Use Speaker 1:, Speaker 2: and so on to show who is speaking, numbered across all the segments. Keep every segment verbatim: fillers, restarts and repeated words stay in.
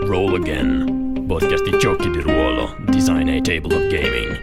Speaker 1: Roll Again, podcast di giochi di ruolo, design e tabletop gaming.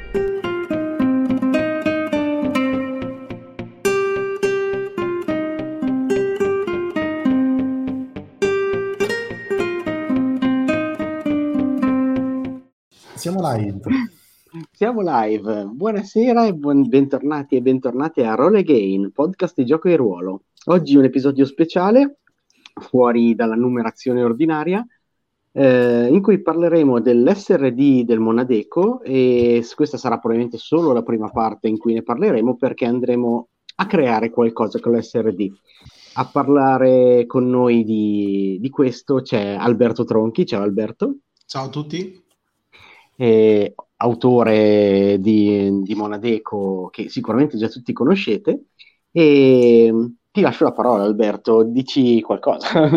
Speaker 2: Siamo live.
Speaker 3: Siamo live. Buonasera e buon... bentornati e bentornati a Roll Again, podcast di gioco di ruolo. Oggi un episodio speciale, fuori dalla numerazione ordinaria, eh, in cui parleremo dell'S R D del Monadeco, e questa sarà probabilmente solo la prima parte in cui ne parleremo, perché andremo a creare qualcosa con l'S R D. A parlare con noi di, di questo c'è Alberto Tronchi. Ciao Alberto.
Speaker 2: Ciao a tutti.
Speaker 3: Eh, autore di, di Monadeco, che sicuramente già tutti conoscete, e ti lascio la parola, Alberto, dici qualcosa.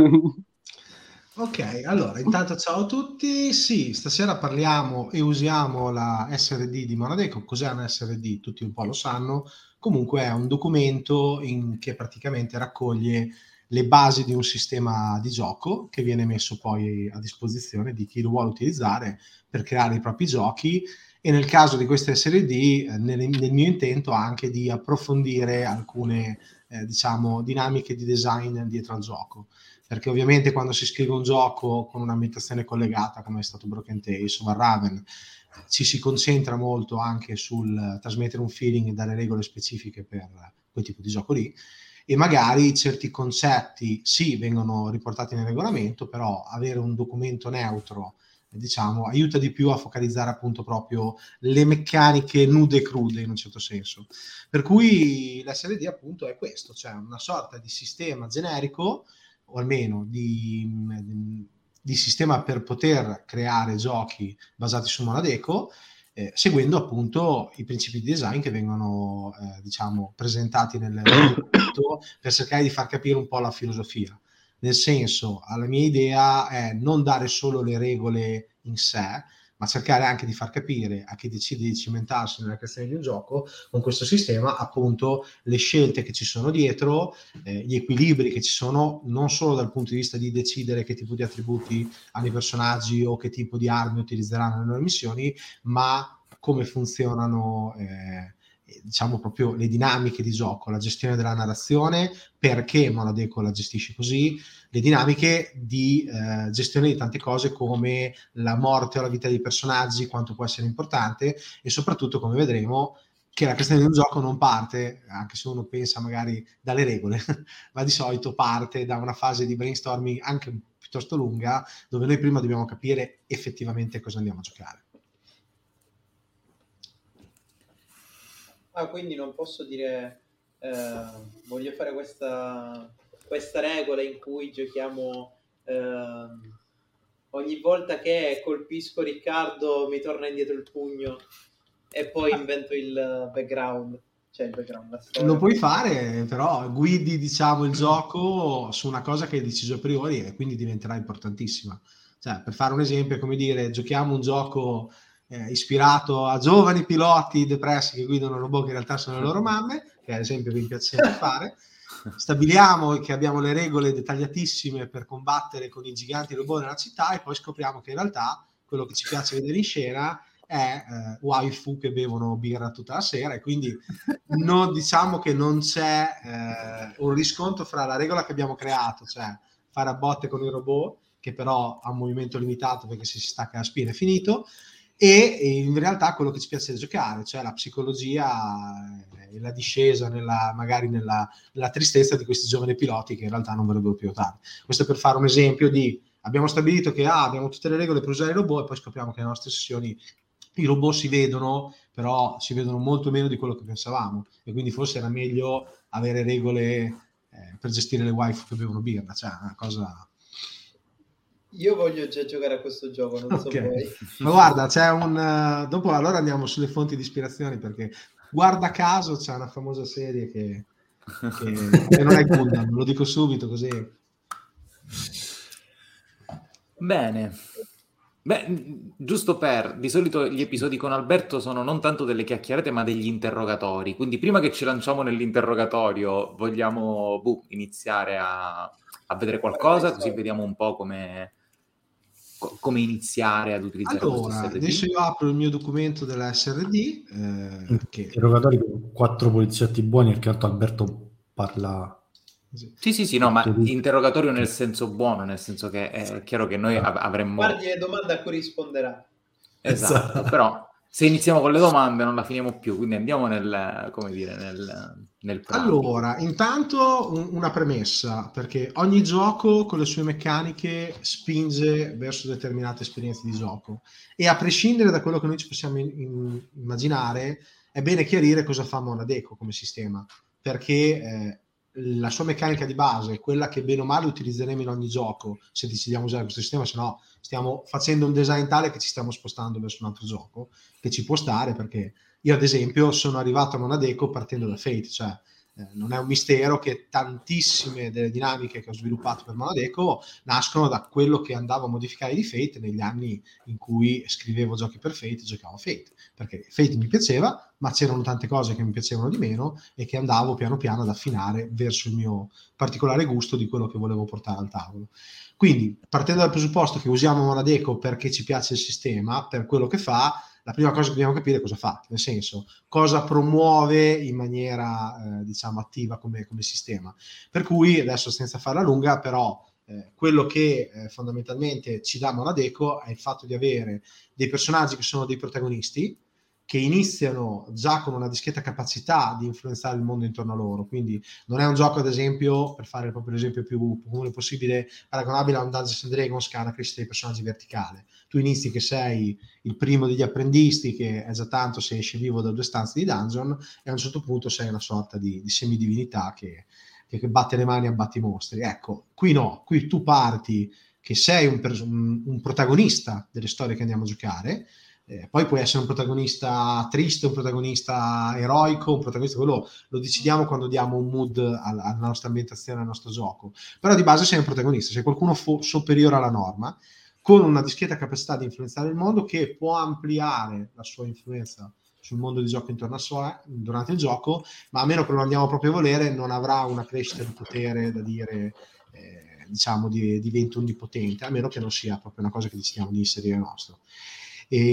Speaker 2: Ok, allora intanto ciao a tutti. Sì, stasera parliamo e usiamo la S R D di Monadeco. Cos'è una S R D? Tutti un po' lo sanno. Comunque è un documento in che praticamente raccoglie le basi di un sistema di gioco che viene messo poi a disposizione di chi lo vuole utilizzare per creare i propri giochi, e nel caso di questa S R D, eh, nel, nel mio intento anche di approfondire alcune eh, diciamo dinamiche di design dietro al gioco, perché ovviamente quando si scrive un gioco con un'ambientazione collegata come è stato Broken Tales o Warraven, ci si concentra molto anche sul trasmettere un feeling e dare regole specifiche per quel tipo di gioco lì, e magari certi concetti sì vengono riportati nel regolamento, però avere un documento neutro, diciamo, aiuta di più a focalizzare appunto proprio le meccaniche nude e crude in un certo senso. Per cui l'S R D appunto è questo, cioè una sorta di sistema generico, o almeno di, di, di sistema per poter creare giochi basati su Monadeco, eh, seguendo appunto i principi di design che vengono eh, diciamo presentati nel documento, per cercare di far capire un po' la filosofia. Nel senso, la mia idea è non dare solo le regole in sé, ma cercare anche di far capire a chi decide di cimentarsi nella creazione di un gioco con questo sistema appunto le scelte che ci sono dietro, eh, gli equilibri che ci sono, non solo dal punto di vista di decidere che tipo di attributi hanno i personaggi o che tipo di armi utilizzeranno nelle loro missioni, ma come funzionano eh, diciamo proprio le dinamiche di gioco, la gestione della narrazione, perché Monadeco la gestisce così, le dinamiche di eh, gestione di tante cose come la morte o la vita dei personaggi, quanto può essere importante, e soprattutto, come vedremo, che la creazione di un gioco non parte, anche se uno pensa magari dalle regole, ma di solito parte da una fase di brainstorming anche piuttosto lunga, dove noi prima dobbiamo capire effettivamente cosa andiamo a giocare.
Speaker 4: Ah, quindi non posso dire eh, voglio fare questa, questa regola in cui giochiamo eh, ogni volta che colpisco Riccardo mi torna indietro il pugno e poi invento il background, cioè il background, la storia.
Speaker 2: Lo puoi fare, però guidi diciamo il gioco su una cosa che hai deciso a priori e quindi diventerà importantissima. Cioè, per fare un esempio, è come dire, giochiamo un gioco Eh, ispirato a giovani piloti depressi che guidano robot che in realtà sono le loro mamme, che è l'esempio che mi piace sempre fare. Stabiliamo che abbiamo le regole dettagliatissime per combattere con i giganti robot nella città, e poi scopriamo che in realtà quello che ci piace vedere in scena è eh, waifu che bevono birra tutta la sera, e quindi non, diciamo che non c'è eh, un riscontro fra la regola che abbiamo creato, cioè fare a botte con il robot, che però ha un movimento limitato perché se si stacca la spina è finito, e in realtà quello che ci piace giocare, cioè la psicologia e la discesa nella, magari nella, nella tristezza di questi giovani piloti che in realtà non vorrebbero pilotare. Questo per fare un esempio di abbiamo stabilito che ah, abbiamo tutte le regole per usare i robot, e poi scopriamo che nelle nostre sessioni i robot si vedono, però si vedono molto meno di quello che pensavamo, e quindi forse era meglio avere regole eh, per gestire le waifu che bevono birra, cioè una cosa...
Speaker 4: Io voglio già giocare a questo gioco, non
Speaker 2: okay.
Speaker 4: so voi.
Speaker 2: Ma guarda, c'è un... Uh, dopo allora andiamo sulle fonti di ispirazione, perché guarda caso c'è una famosa serie che, che, che non è Gundam, lo dico subito così.
Speaker 5: Bene. Beh, giusto per... Di solito gli episodi con Alberto sono non tanto delle chiacchierate ma degli interrogatori, quindi prima che ci lanciamo nell'interrogatorio vogliamo boh, iniziare a, a vedere qualcosa, così vediamo un po' come... co- come iniziare ad utilizzare
Speaker 2: Allora,
Speaker 5: questo S R D?
Speaker 2: adesso io apro il mio documento della S R D. Eh, che...
Speaker 6: Interrogatori con quattro poliziotti buoni, perché tanto Alberto parla...
Speaker 5: Sì, sì, sì, no, ma
Speaker 6: Tutto.
Speaker 5: interrogatorio nel senso buono, nel senso che è chiaro che noi av- avremmo...
Speaker 4: Guardi le domande a cui risponderà.
Speaker 5: Esatto,
Speaker 6: Esatto.
Speaker 5: però se iniziamo con le domande non la finiamo più, quindi andiamo nel, come dire, nel, nel pratico.
Speaker 2: Allora, intanto un- una premessa, perché ogni gioco con le sue meccaniche spinge verso determinate esperienze di gioco e a prescindere da quello che noi ci possiamo in- in- immaginare, è bene chiarire cosa fa Monadeco come sistema, perché eh, la sua meccanica di base, quella che bene o male utilizzeremo in ogni gioco, se decidiamo di usare questo sistema, se no stiamo facendo un design tale che ci stiamo spostando verso un altro gioco, che ci può stare, perché io ad esempio sono arrivato a Monadeco partendo da Fate, cioè eh, non è un mistero che tantissime delle dinamiche che ho sviluppato per Monadeco nascono da quello che andavo a modificare di Fate negli anni in cui scrivevo giochi per Fate e giocavo a Fate, perché Fate mi piaceva, ma c'erano tante cose che mi piacevano di meno e che andavo piano piano ad affinare verso il mio particolare gusto di quello che volevo portare al tavolo. Quindi, partendo dal presupposto che usiamo Monadeco perché ci piace il sistema, per quello che fa, la prima cosa che dobbiamo capire è cosa fa, nel senso, cosa promuove in maniera, eh, diciamo, attiva come, come sistema. Per cui, adesso senza farla lunga, però, eh, quello che eh, fondamentalmente ci dà Monadeco è il fatto di avere dei personaggi che sono dei protagonisti, che iniziano già con una discreta capacità di influenzare il mondo intorno a loro, quindi non è un gioco, ad esempio, per fare proprio l'esempio più comune possibile, paragonabile a un Dungeons and Dragons che ha una crescita dei personaggi verticale. Tu inizi che sei il primo degli apprendisti, che è già tanto se esce vivo da due stanze di dungeon, e a un certo punto sei una sorta di, di semidivinità che, che batte le mani e abbatti i mostri. Ecco, qui no, qui tu parti che sei un, un, un protagonista delle storie che andiamo a giocare. Eh, poi puoi essere un protagonista triste, un protagonista eroico, un protagonista, quello lo decidiamo quando diamo un mood alla, alla nostra ambientazione, al nostro gioco, però di base sei un protagonista, sei qualcuno fo- superiore alla norma, con una discreta capacità di influenzare il mondo, che può ampliare la sua influenza sul mondo di gioco intorno a sé durante il gioco, ma a meno che non andiamo proprio a volere non avrà una crescita di potere da dire, eh, diciamo, di, diventa onnipotente, a meno che non sia proprio una cosa che decidiamo di inserire nostro. E,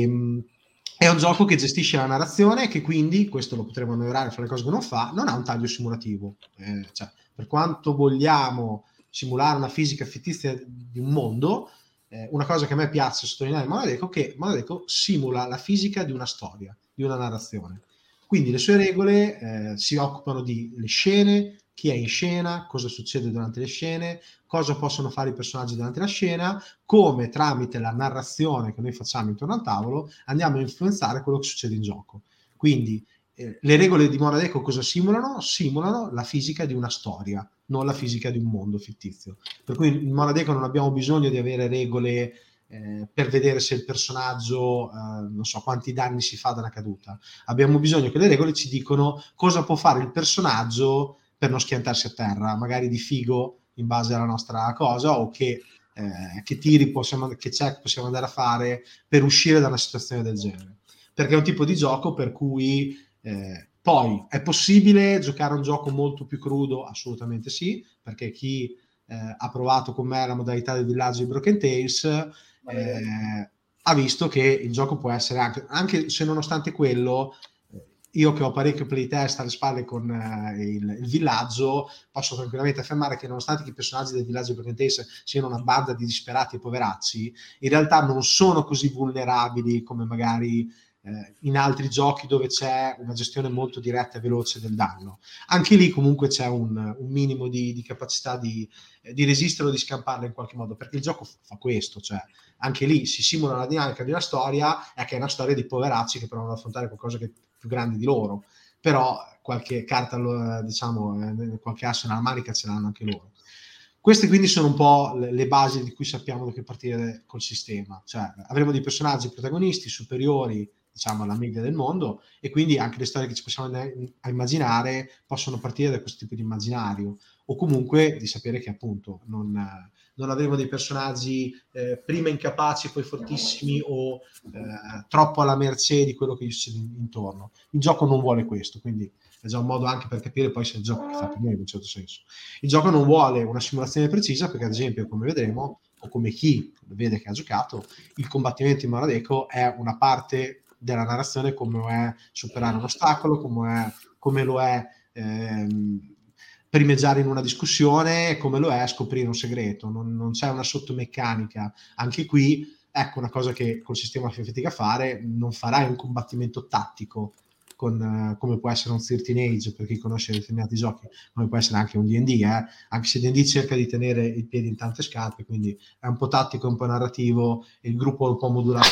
Speaker 2: è un gioco che gestisce la narrazione e che quindi, questo lo potremo annoverare fra le cose che non fa, non ha un taglio simulativo. Eh, cioè, per quanto vogliamo simulare una fisica fittizia di un mondo, eh, una cosa che a me piace sottolineare in Monadeco è che Monadeco simula la fisica di una storia, di una narrazione. Quindi le sue regole eh, si occupano di le scene, chi è in scena, cosa succede durante le scene, cosa possono fare i personaggi durante la scena, come tramite la narrazione che noi facciamo intorno al tavolo andiamo a influenzare quello che succede in gioco. Quindi eh, le regole di Monadeco cosa simulano? Simulano la fisica di una storia, non la fisica di un mondo fittizio. Per cui in Monadeco non abbiamo bisogno di avere regole eh, per vedere se il personaggio, eh, non so quanti danni si fa da una caduta. Abbiamo bisogno che le regole ci dicono cosa può fare il personaggio per non schiantarsi a terra, magari di figo in base alla nostra cosa, o che, eh, che tiri possiamo, che check possiamo andare a fare per uscire da una situazione del genere. Perché è un tipo di gioco per cui eh, poi è possibile giocare un gioco molto più crudo? Assolutamente sì, perché chi eh, ha provato con me la modalità del villaggio di Broken Tales eh, ha visto che il gioco può essere anche, anche se nonostante quello, io che ho parecchio playtest alle spalle con uh, il, il villaggio, posso tranquillamente affermare che nonostante i personaggi del villaggio di Broken Tales siano una banda di disperati e poveracci, in realtà non sono così vulnerabili come magari eh, in altri giochi dove c'è una gestione molto diretta e veloce del danno. Anche lì comunque c'è un, un minimo di, di capacità di, eh, di resistere o di scamparla in qualche modo, perché il gioco f- fa questo, cioè anche lì si simula la dinamica di una storia, è che è una storia di poveracci che provano ad affrontare qualcosa che più grandi di loro, però qualche carta, diciamo, eh, qualche asso nella manica ce l'hanno anche loro. Queste quindi sono un po' le, le basi di cui sappiamo da che partire col sistema, cioè avremo dei personaggi protagonisti superiori, diciamo, alla media del mondo, e quindi anche le storie che ci possiamo andare a immaginare possono partire da questo tipo di immaginario, o comunque di sapere che appunto non, non avremo dei personaggi eh, prima incapaci poi fortissimi o eh, troppo alla mercé di quello che gli succede intorno. Il gioco non vuole questo, quindi è già un modo anche per capire poi se il gioco è fatto bene in un certo senso. Il gioco non vuole una simulazione precisa perché, ad esempio, come vedremo, o come chi vede che ha giocato, il combattimento in Monadeco è una parte della narrazione, come lo è superare un ostacolo, come, è, come lo è ehm, primeggiare in una discussione, come lo è scoprire un segreto. Non, non c'è una sottomeccanica. Anche qui, ecco, una cosa che col sistema fatica a fare, non farai un combattimento tattico con, uh, come può essere un thirteen Age, per chi conosce determinati giochi, come può essere anche un D and D, eh? Anche se D and D cerca di tenere il piede in tante scarpe, quindi è un po' tattico, un po' narrativo, e il gruppo lo può modulare.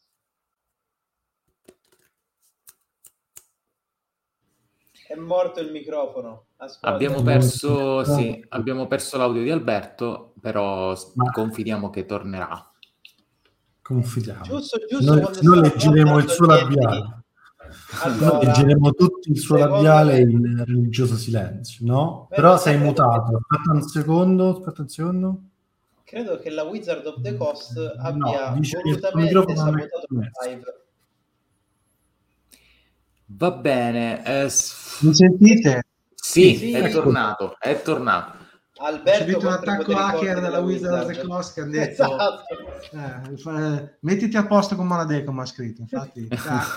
Speaker 4: È morto il microfono. Ascolta.
Speaker 5: Abbiamo perso, sì, abbiamo perso l'audio di Alberto, però
Speaker 6: Ma...
Speaker 5: confidiamo che tornerà.
Speaker 6: Confidiamo.
Speaker 4: Giusto, giusto,
Speaker 6: noi noi leggeremo il suo labiale.
Speaker 4: Allora,
Speaker 6: noi leggeremo tutti il suo labiale me... in religioso silenzio, no? Beh, però sei mutato. Che... Aspetta un secondo, aspetta un secondo.
Speaker 4: Credo che la Wizard of the Coast abbia
Speaker 6: no,
Speaker 4: volutamente sabotato il live.
Speaker 5: Va bene. Eh...
Speaker 2: Mi sentite?
Speaker 5: Sì, sì, è tornato, è tornato.
Speaker 4: Alberto,
Speaker 2: c'è un attacco hacker della Wizard of the Coast che hanno detto
Speaker 4: esatto.
Speaker 2: eh, fa, mettiti a posto con Monadeco, mi ha scritto, infatti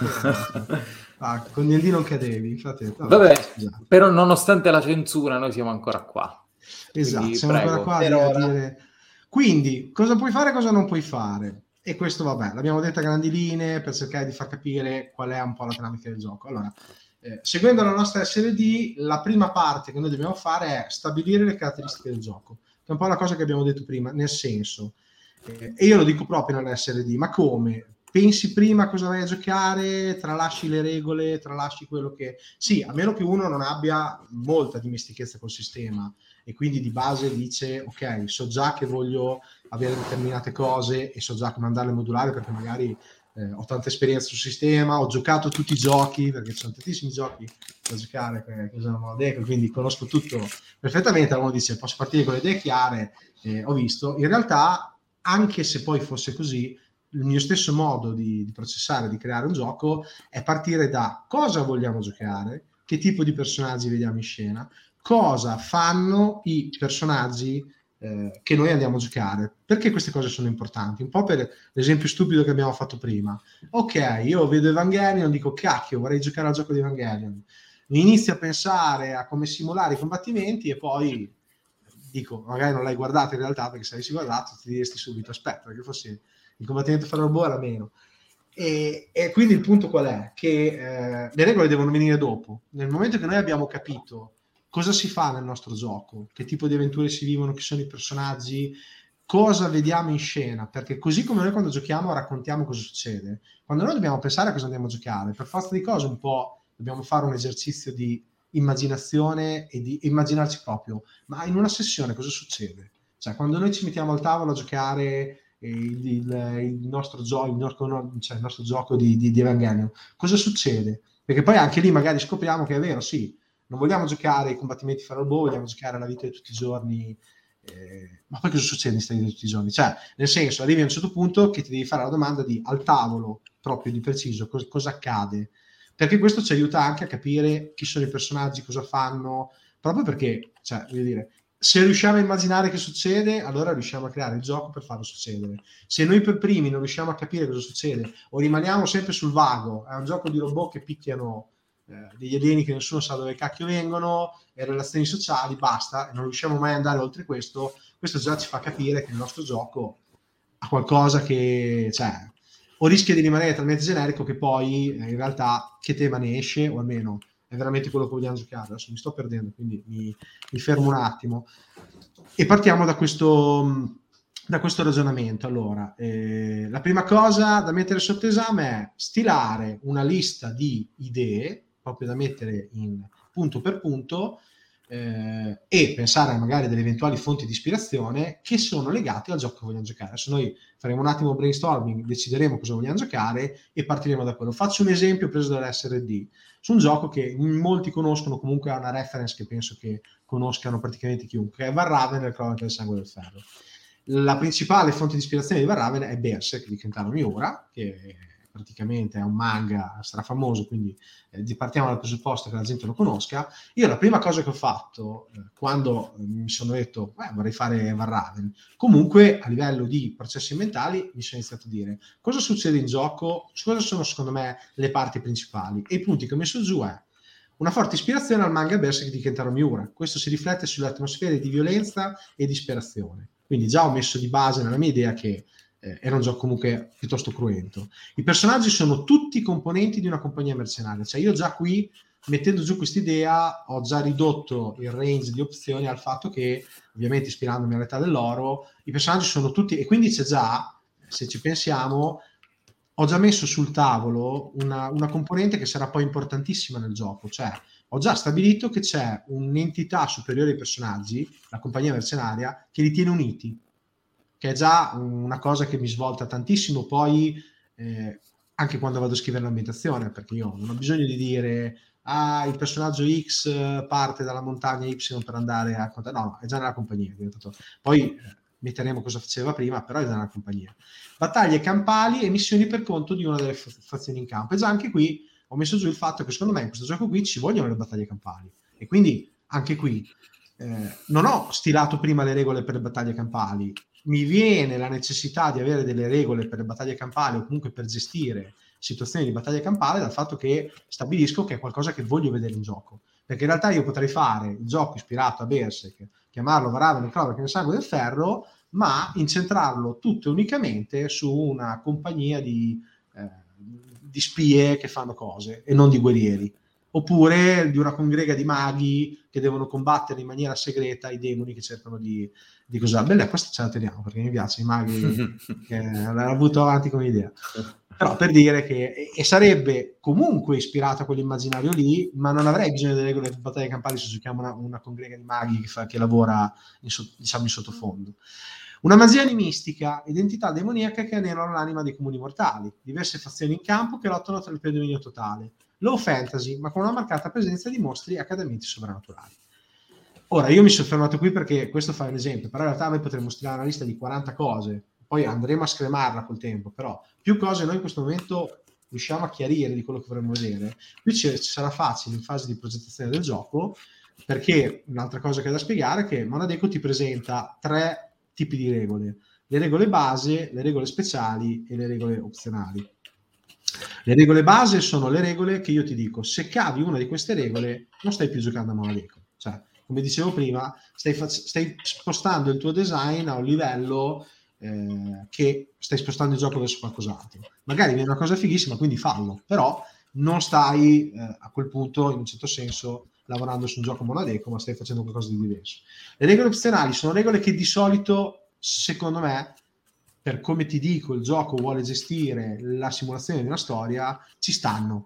Speaker 2: ah, con D and D non cadevi, infatti no,
Speaker 5: vabbè, scusate. Però nonostante la censura noi siamo ancora qua,
Speaker 2: esatto,
Speaker 5: quindi,
Speaker 2: siamo
Speaker 5: prego.
Speaker 2: ancora qua a dire... Quindi cosa puoi fare e cosa non puoi fare, e questo vabbè l'abbiamo detto a grandi linee per cercare di far capire qual è un po' la dinamica del gioco. Allora, Eh, seguendo la nostra S R D, la prima parte che noi dobbiamo fare è stabilire le caratteristiche del gioco, che è un po' la cosa che abbiamo detto prima, nel senso, eh, e io lo dico proprio nella S R D, ma come? Pensi prima cosa vai a giocare, tralasci le regole, tralasci quello che... Sì, a meno che uno non abbia molta dimestichezza col sistema e quindi di base dice, ok, so già che voglio avere determinate cose e so già come andarle a modulare perché magari... Eh, ho tanta esperienza sul sistema, ho giocato tutti i giochi perché ci sono tantissimi giochi da giocare che usano Monadeco, quindi conosco tutto perfettamente. Uno dice posso partire con le idee chiare, eh, ho visto, in realtà anche se poi fosse così, il mio stesso modo di, di processare, di creare un gioco è partire da cosa vogliamo giocare, che tipo di personaggi vediamo in scena, cosa fanno i personaggi Eh, che noi andiamo a giocare. Perché queste cose sono importanti? Un po' per l'esempio stupido che abbiamo fatto prima. Ok, io vedo Evangelion, dico cacchio, vorrei giocare al gioco di Evangelion. Mi inizio a pensare a come simulare i combattimenti e poi dico, magari non l'hai guardato in realtà, perché se avessi guardato ti diresti subito aspetta, perché fosse il combattimento fra robot era meno. E, e quindi il punto qual è? Che eh, le regole devono venire dopo. Nel momento che noi abbiamo capito cosa si fa nel nostro gioco, che tipo di avventure si vivono, chi sono i personaggi, cosa vediamo in scena, perché così come noi quando giochiamo raccontiamo cosa succede, quando noi dobbiamo pensare a cosa andiamo a giocare, per forza di cose un po' dobbiamo fare un esercizio di immaginazione e di immaginarci proprio, ma in una sessione cosa succede? Cioè quando noi ci mettiamo al tavolo a giocare il, il, il nostro gioco, il nostro, cioè il nostro gioco di, di, di Evangelion, cosa succede? Perché poi anche lì magari scopriamo che è vero, sì, non vogliamo giocare i combattimenti fra robot, vogliamo giocare la vita di tutti i giorni, eh, ma poi cosa succede in questa vita di tutti i giorni? Cioè, nel senso, arrivi a un certo punto che ti devi fare la domanda di al tavolo, proprio di preciso, cos- cosa accade? Perché questo ci aiuta anche a capire chi sono i personaggi, cosa fanno, proprio perché, cioè, voglio dire, se riusciamo a immaginare che succede, allora riusciamo a creare il gioco per farlo succedere. Se noi per primi non riusciamo a capire cosa succede, o rimaniamo sempre sul vago, è un gioco di robot che picchiano degli alieni che nessuno sa dove cacchio vengono e relazioni sociali, basta, e non riusciamo mai ad andare oltre questo, questo già ci fa capire che il nostro gioco ha qualcosa che, cioè, o rischia di rimanere talmente generico che poi in realtà che tema ne esce, o almeno è veramente quello che vogliamo giocare. Adesso mi sto perdendo, quindi mi, mi fermo un attimo e partiamo da questo da questo ragionamento. Allora, eh, la prima cosa da mettere sotto esame è stilare una lista di idee proprio da mettere in punto per punto eh, e pensare magari delle eventuali fonti di ispirazione che sono legate al gioco che vogliamo giocare. Adesso noi faremo un attimo brainstorming, decideremo cosa vogliamo giocare e partiremo da quello. Faccio un esempio preso dall'S R D su un gioco che molti conoscono, comunque ha una reference che penso che conoscano praticamente chiunque, è Varraven, il Cronaca del Sangue del Ferro. La principale fonte di ispirazione di Varraven è Berserk di Kentaro Miura, che praticamente è un manga strafamoso, quindi eh, partiamo dal presupposto che la gente lo conosca. Io la prima cosa che ho fatto eh, quando eh, mi sono detto eh, vorrei fare Varraven, comunque a livello di processi mentali mi sono iniziato a dire cosa succede in gioco, cosa sono secondo me le parti principali, e i punti che ho messo giù è una forte ispirazione al manga Berserk di Kentaro Miura. Questo si riflette sulle atmosfere di violenza e disperazione. Quindi già ho messo di base nella mia idea che eh, era un gioco comunque piuttosto cruento. I personaggi sono tutti componenti di una compagnia mercenaria. Cioè io già qui, mettendo giù quest'idea, ho già ridotto il range di opzioni al fatto che, ovviamente ispirandomi all'età dell'oro, i personaggi sono tutti... E quindi c'è già, se ci pensiamo... ho già messo sul tavolo una, una componente che sarà poi importantissima nel gioco, cioè ho già stabilito che c'è un'entità superiore ai personaggi, la compagnia mercenaria, che li tiene uniti, che è già una cosa che mi svolta tantissimo poi eh, anche quando vado a scrivere l'ambientazione, perché io non ho bisogno di dire ah, il personaggio X parte dalla montagna Y per andare a... No, no, è già nella compagnia. È diventato... Poi... Eh, metteremo cosa faceva prima, però è già una compagnia. Battaglie campali e missioni per conto di una delle f- fazioni in campo. E già anche qui ho messo giù il fatto che secondo me in questo gioco qui ci vogliono le battaglie campali. E quindi anche qui eh, non ho stilato prima le regole per le battaglie campali. Mi viene la necessità di avere delle regole per le battaglie campali o comunque per gestire situazioni di battaglia campale dal fatto che stabilisco che è qualcosa che voglio vedere in gioco. Perché in realtà io potrei fare il gioco ispirato a Berserk, chiamarlo Varraven e Clover che nel sangue del ferro, ma incentrarlo tutto unicamente su una compagnia di, eh, di spie che fanno cose e non di guerrieri, oppure di una congrega di maghi che devono combattere in maniera segreta i demoni che cercano di, di cos'è. Bella, questa ce la teniamo perché mi piace i maghi che l'hanno avuto avanti come idea. Però per dire che e sarebbe comunque ispirato a quell'immaginario lì, ma non avrei bisogno delle regole di battaglie campali se giochiamo una, una congrega di maghi che, fa, che lavora in, diciamo in sottofondo. Una magia animistica, identità demoniaca che anelano l'anima dei comuni mortali, diverse fazioni in campo che lottano tra il predominio totale, low fantasy, ma con una marcata presenza di mostri e accadimenti sovrannaturali. Ora, io mi sono fermato qui perché questo fa un esempio, però in realtà noi potremmo stilare una lista di quaranta cose, poi andremo a scremarla col tempo, però più cose noi in questo momento riusciamo a chiarire di quello che vorremmo vedere, più ci sarà facile in fase di progettazione del gioco, perché un'altra cosa che è da spiegare è che Monadeco ti presenta tre tipi di regole: le regole base, le regole speciali e le regole opzionali. Le regole base sono le regole che io ti dico, se cavi una di queste regole non stai più giocando a Monadeco, cioè come dicevo prima stai, fac- stai spostando il tuo design a un livello eh, che stai spostando il gioco verso qualcos'altro, magari viene una cosa fighissima quindi fallo, però non stai eh, a quel punto in un certo senso lavorando su un gioco Monadeco, ma stai facendo qualcosa di diverso. Le regole opzionali sono regole che di solito, secondo me, per come ti dico il gioco vuole gestire la simulazione di una storia, ci stanno,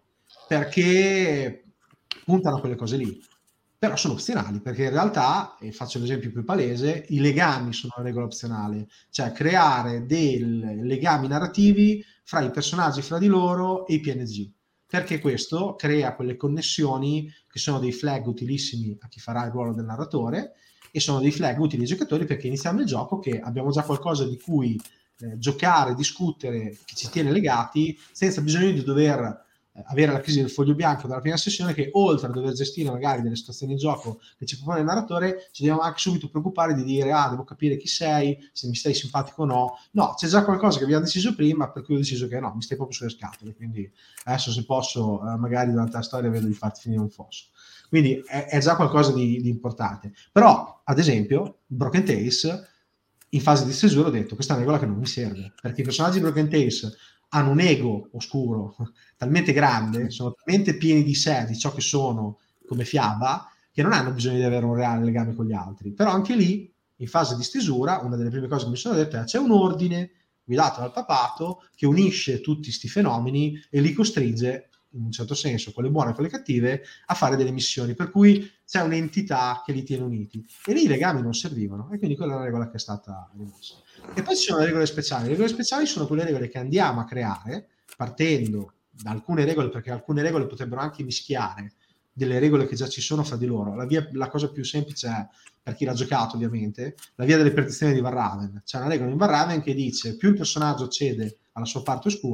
Speaker 2: perché puntano a quelle cose lì, però sono opzionali, perché in realtà, e faccio l'esempio più palese, i legami sono una regola opzionale, cioè creare dei legami narrativi fra i personaggi fra di loro e i P N G, perché questo crea quelle connessioni che sono dei flag utilissimi a chi farà il ruolo del narratore e sono dei flag utili ai giocatori, perché iniziamo il gioco che abbiamo già qualcosa di cui eh, giocare, discutere, che ci tiene legati, senza bisogno di dover eh, avere la crisi del foglio bianco dalla prima sessione, che oltre a dover gestire magari delle situazioni in gioco che ci propone il narratore, ci dobbiamo anche subito preoccupare di dire ah, devo capire chi sei, se mi stai simpatico o no. No, c'è già qualcosa che abbiamo deciso prima, per cui ho deciso che no, mi stai proprio sulle scatole, quindi adesso se posso eh, magari durante la storia vedo di farti finire un fosso. Quindi è, è già qualcosa di, di importante. Però, ad esempio, Broken Tales, in fase di stesura ho detto, questa è una regola che non mi serve, perché i personaggi di Broken Tales hanno un ego oscuro talmente grande, sono talmente pieni di sé, di ciò che sono come fiaba, che non hanno bisogno di avere un reale legame con gli altri. Però anche lì, in fase di stesura, una delle prime cose che mi sono detto è c'è un ordine guidato dal papato che unisce tutti questi fenomeni e li costringe, in un certo senso, quelle buone e quelle cattive, a fare delle missioni, per cui c'è un'entità che li tiene uniti. E lì i legami non servivano, e quindi quella è una regola che è stata rimossa. E poi ci sono le regole speciali. Le regole speciali sono quelle regole che andiamo a creare, partendo da alcune regole, perché alcune regole potrebbero anche mischiare delle regole che già ci sono fra di loro. La, via, la cosa più semplice è, per chi l'ha giocato ovviamente, la via delle perdizioni di Varraven. C'è una regola in Varraven che dice più il personaggio cede alla sua parte oscura,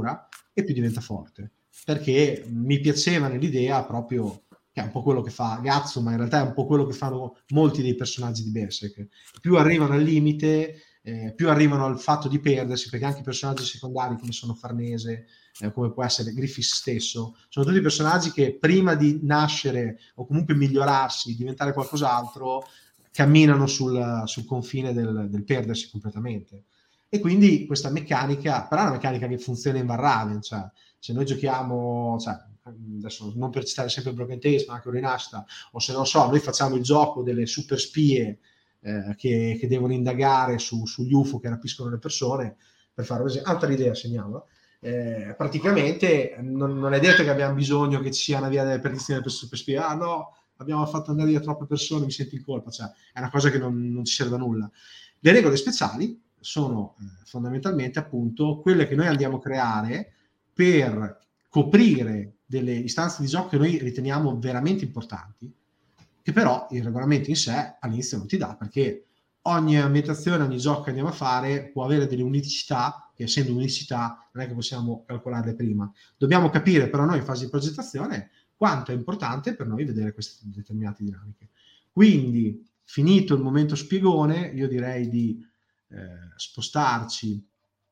Speaker 2: e più diventa forte, perché mi piaceva nell'idea proprio, che è un po' quello che fa Gazzo, ma in realtà è un po' quello che fanno molti dei personaggi di Berserk. Più arrivano al limite, eh, più arrivano al fatto di perdersi, perché anche i personaggi secondari come sono Farnese, eh, come può essere Griffiths stesso, sono tutti personaggi che prima di nascere o comunque migliorarsi, diventare qualcos'altro, camminano sul, sul confine del, del perdersi completamente. E quindi questa meccanica, però è una meccanica che funziona in Varraven, cioè se noi giochiamo, cioè, adesso non per citare sempre Broken Tales, ma anche Rinasta, o se non so, noi facciamo il gioco delle super spie eh, che, che devono indagare su, sugli U F O che rapiscono le persone, per fare un esempio, altra idea, segniamo, eh, praticamente non, non è detto che abbiamo bisogno che ci sia una via delle perdizioni per super spie, ah no, abbiamo fatto andare via troppe persone, mi sento in colpa, cioè è una cosa che non, non ci serve a nulla. Le regole speciali sono eh, fondamentalmente appunto quelle che noi andiamo a creare per coprire delle istanze di gioco che noi riteniamo veramente importanti, che però il regolamento in sé all'inizio non ti dà, perché ogni ambientazione, ogni gioco che andiamo a fare può avere delle unicità, che essendo unicità non è che possiamo calcolarle prima. Dobbiamo capire però noi in fase di progettazione quanto è importante per noi vedere queste determinate dinamiche. Quindi, finito il momento spiegone, io direi di eh, spostarci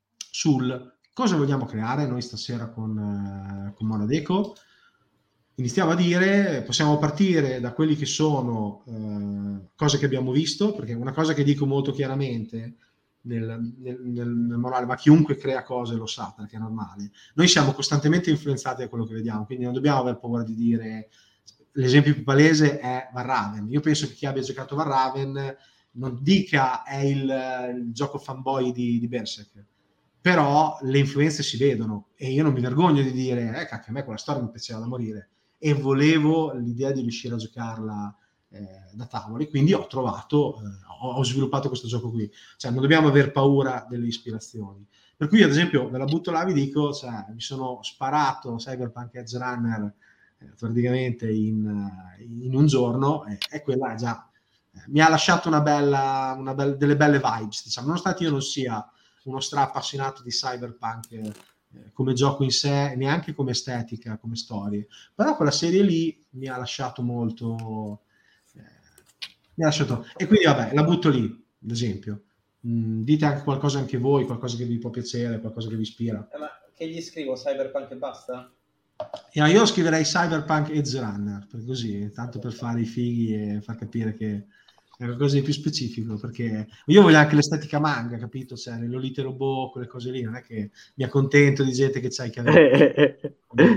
Speaker 2: sul cosa vogliamo creare noi stasera con, eh, con Monadeco. Iniziamo a dire, possiamo partire da quelli che sono eh, cose che abbiamo visto, perché una cosa che dico molto chiaramente nel, nel, nel, nel morale, ma chiunque crea cose lo sa, perché è normale, noi siamo costantemente influenzati da quello che vediamo, quindi non dobbiamo aver paura di dire, l'esempio più palese è Varraven. Io penso che chi abbia giocato Varraven non dica è il, il gioco fanboy di, di Berserk, però le influenze si vedono e io non mi vergogno di dire eh, cacchio, a me quella storia mi piaceva da morire e volevo l'idea di riuscire a giocarla eh, da tavoli, quindi ho trovato, eh, ho, ho sviluppato questo gioco qui, cioè non dobbiamo aver paura delle ispirazioni, per cui ad esempio ve la butto là, vi dico, cioè, mi sono sparato Cyberpunk Edge Runner eh, praticamente in, in un giorno e, e quella già eh, mi ha lasciato una bella, una be- delle belle vibes, diciamo, nonostante io non sia uno stra appassionato di Cyberpunk eh, come gioco in sé, neanche come estetica, come storie, però quella serie lì mi ha lasciato molto eh, mi ha lasciato, e quindi vabbè, la butto lì, ad esempio. Mm, dite anche qualcosa anche voi, qualcosa che vi può piacere, qualcosa che vi ispira.
Speaker 4: Eh, ma che gli scrivo? Cyberpunk e basta?
Speaker 2: E io scriverei Cyberpunk Edge Runner, per così, tanto per fare i fighi e far capire che è qualcosa di più specifico, perché io voglio anche l'estetica manga, capito? Cioè, le Lolite Robot, quelle cose lì, non è che mi accontento di gente che c'hai che avere.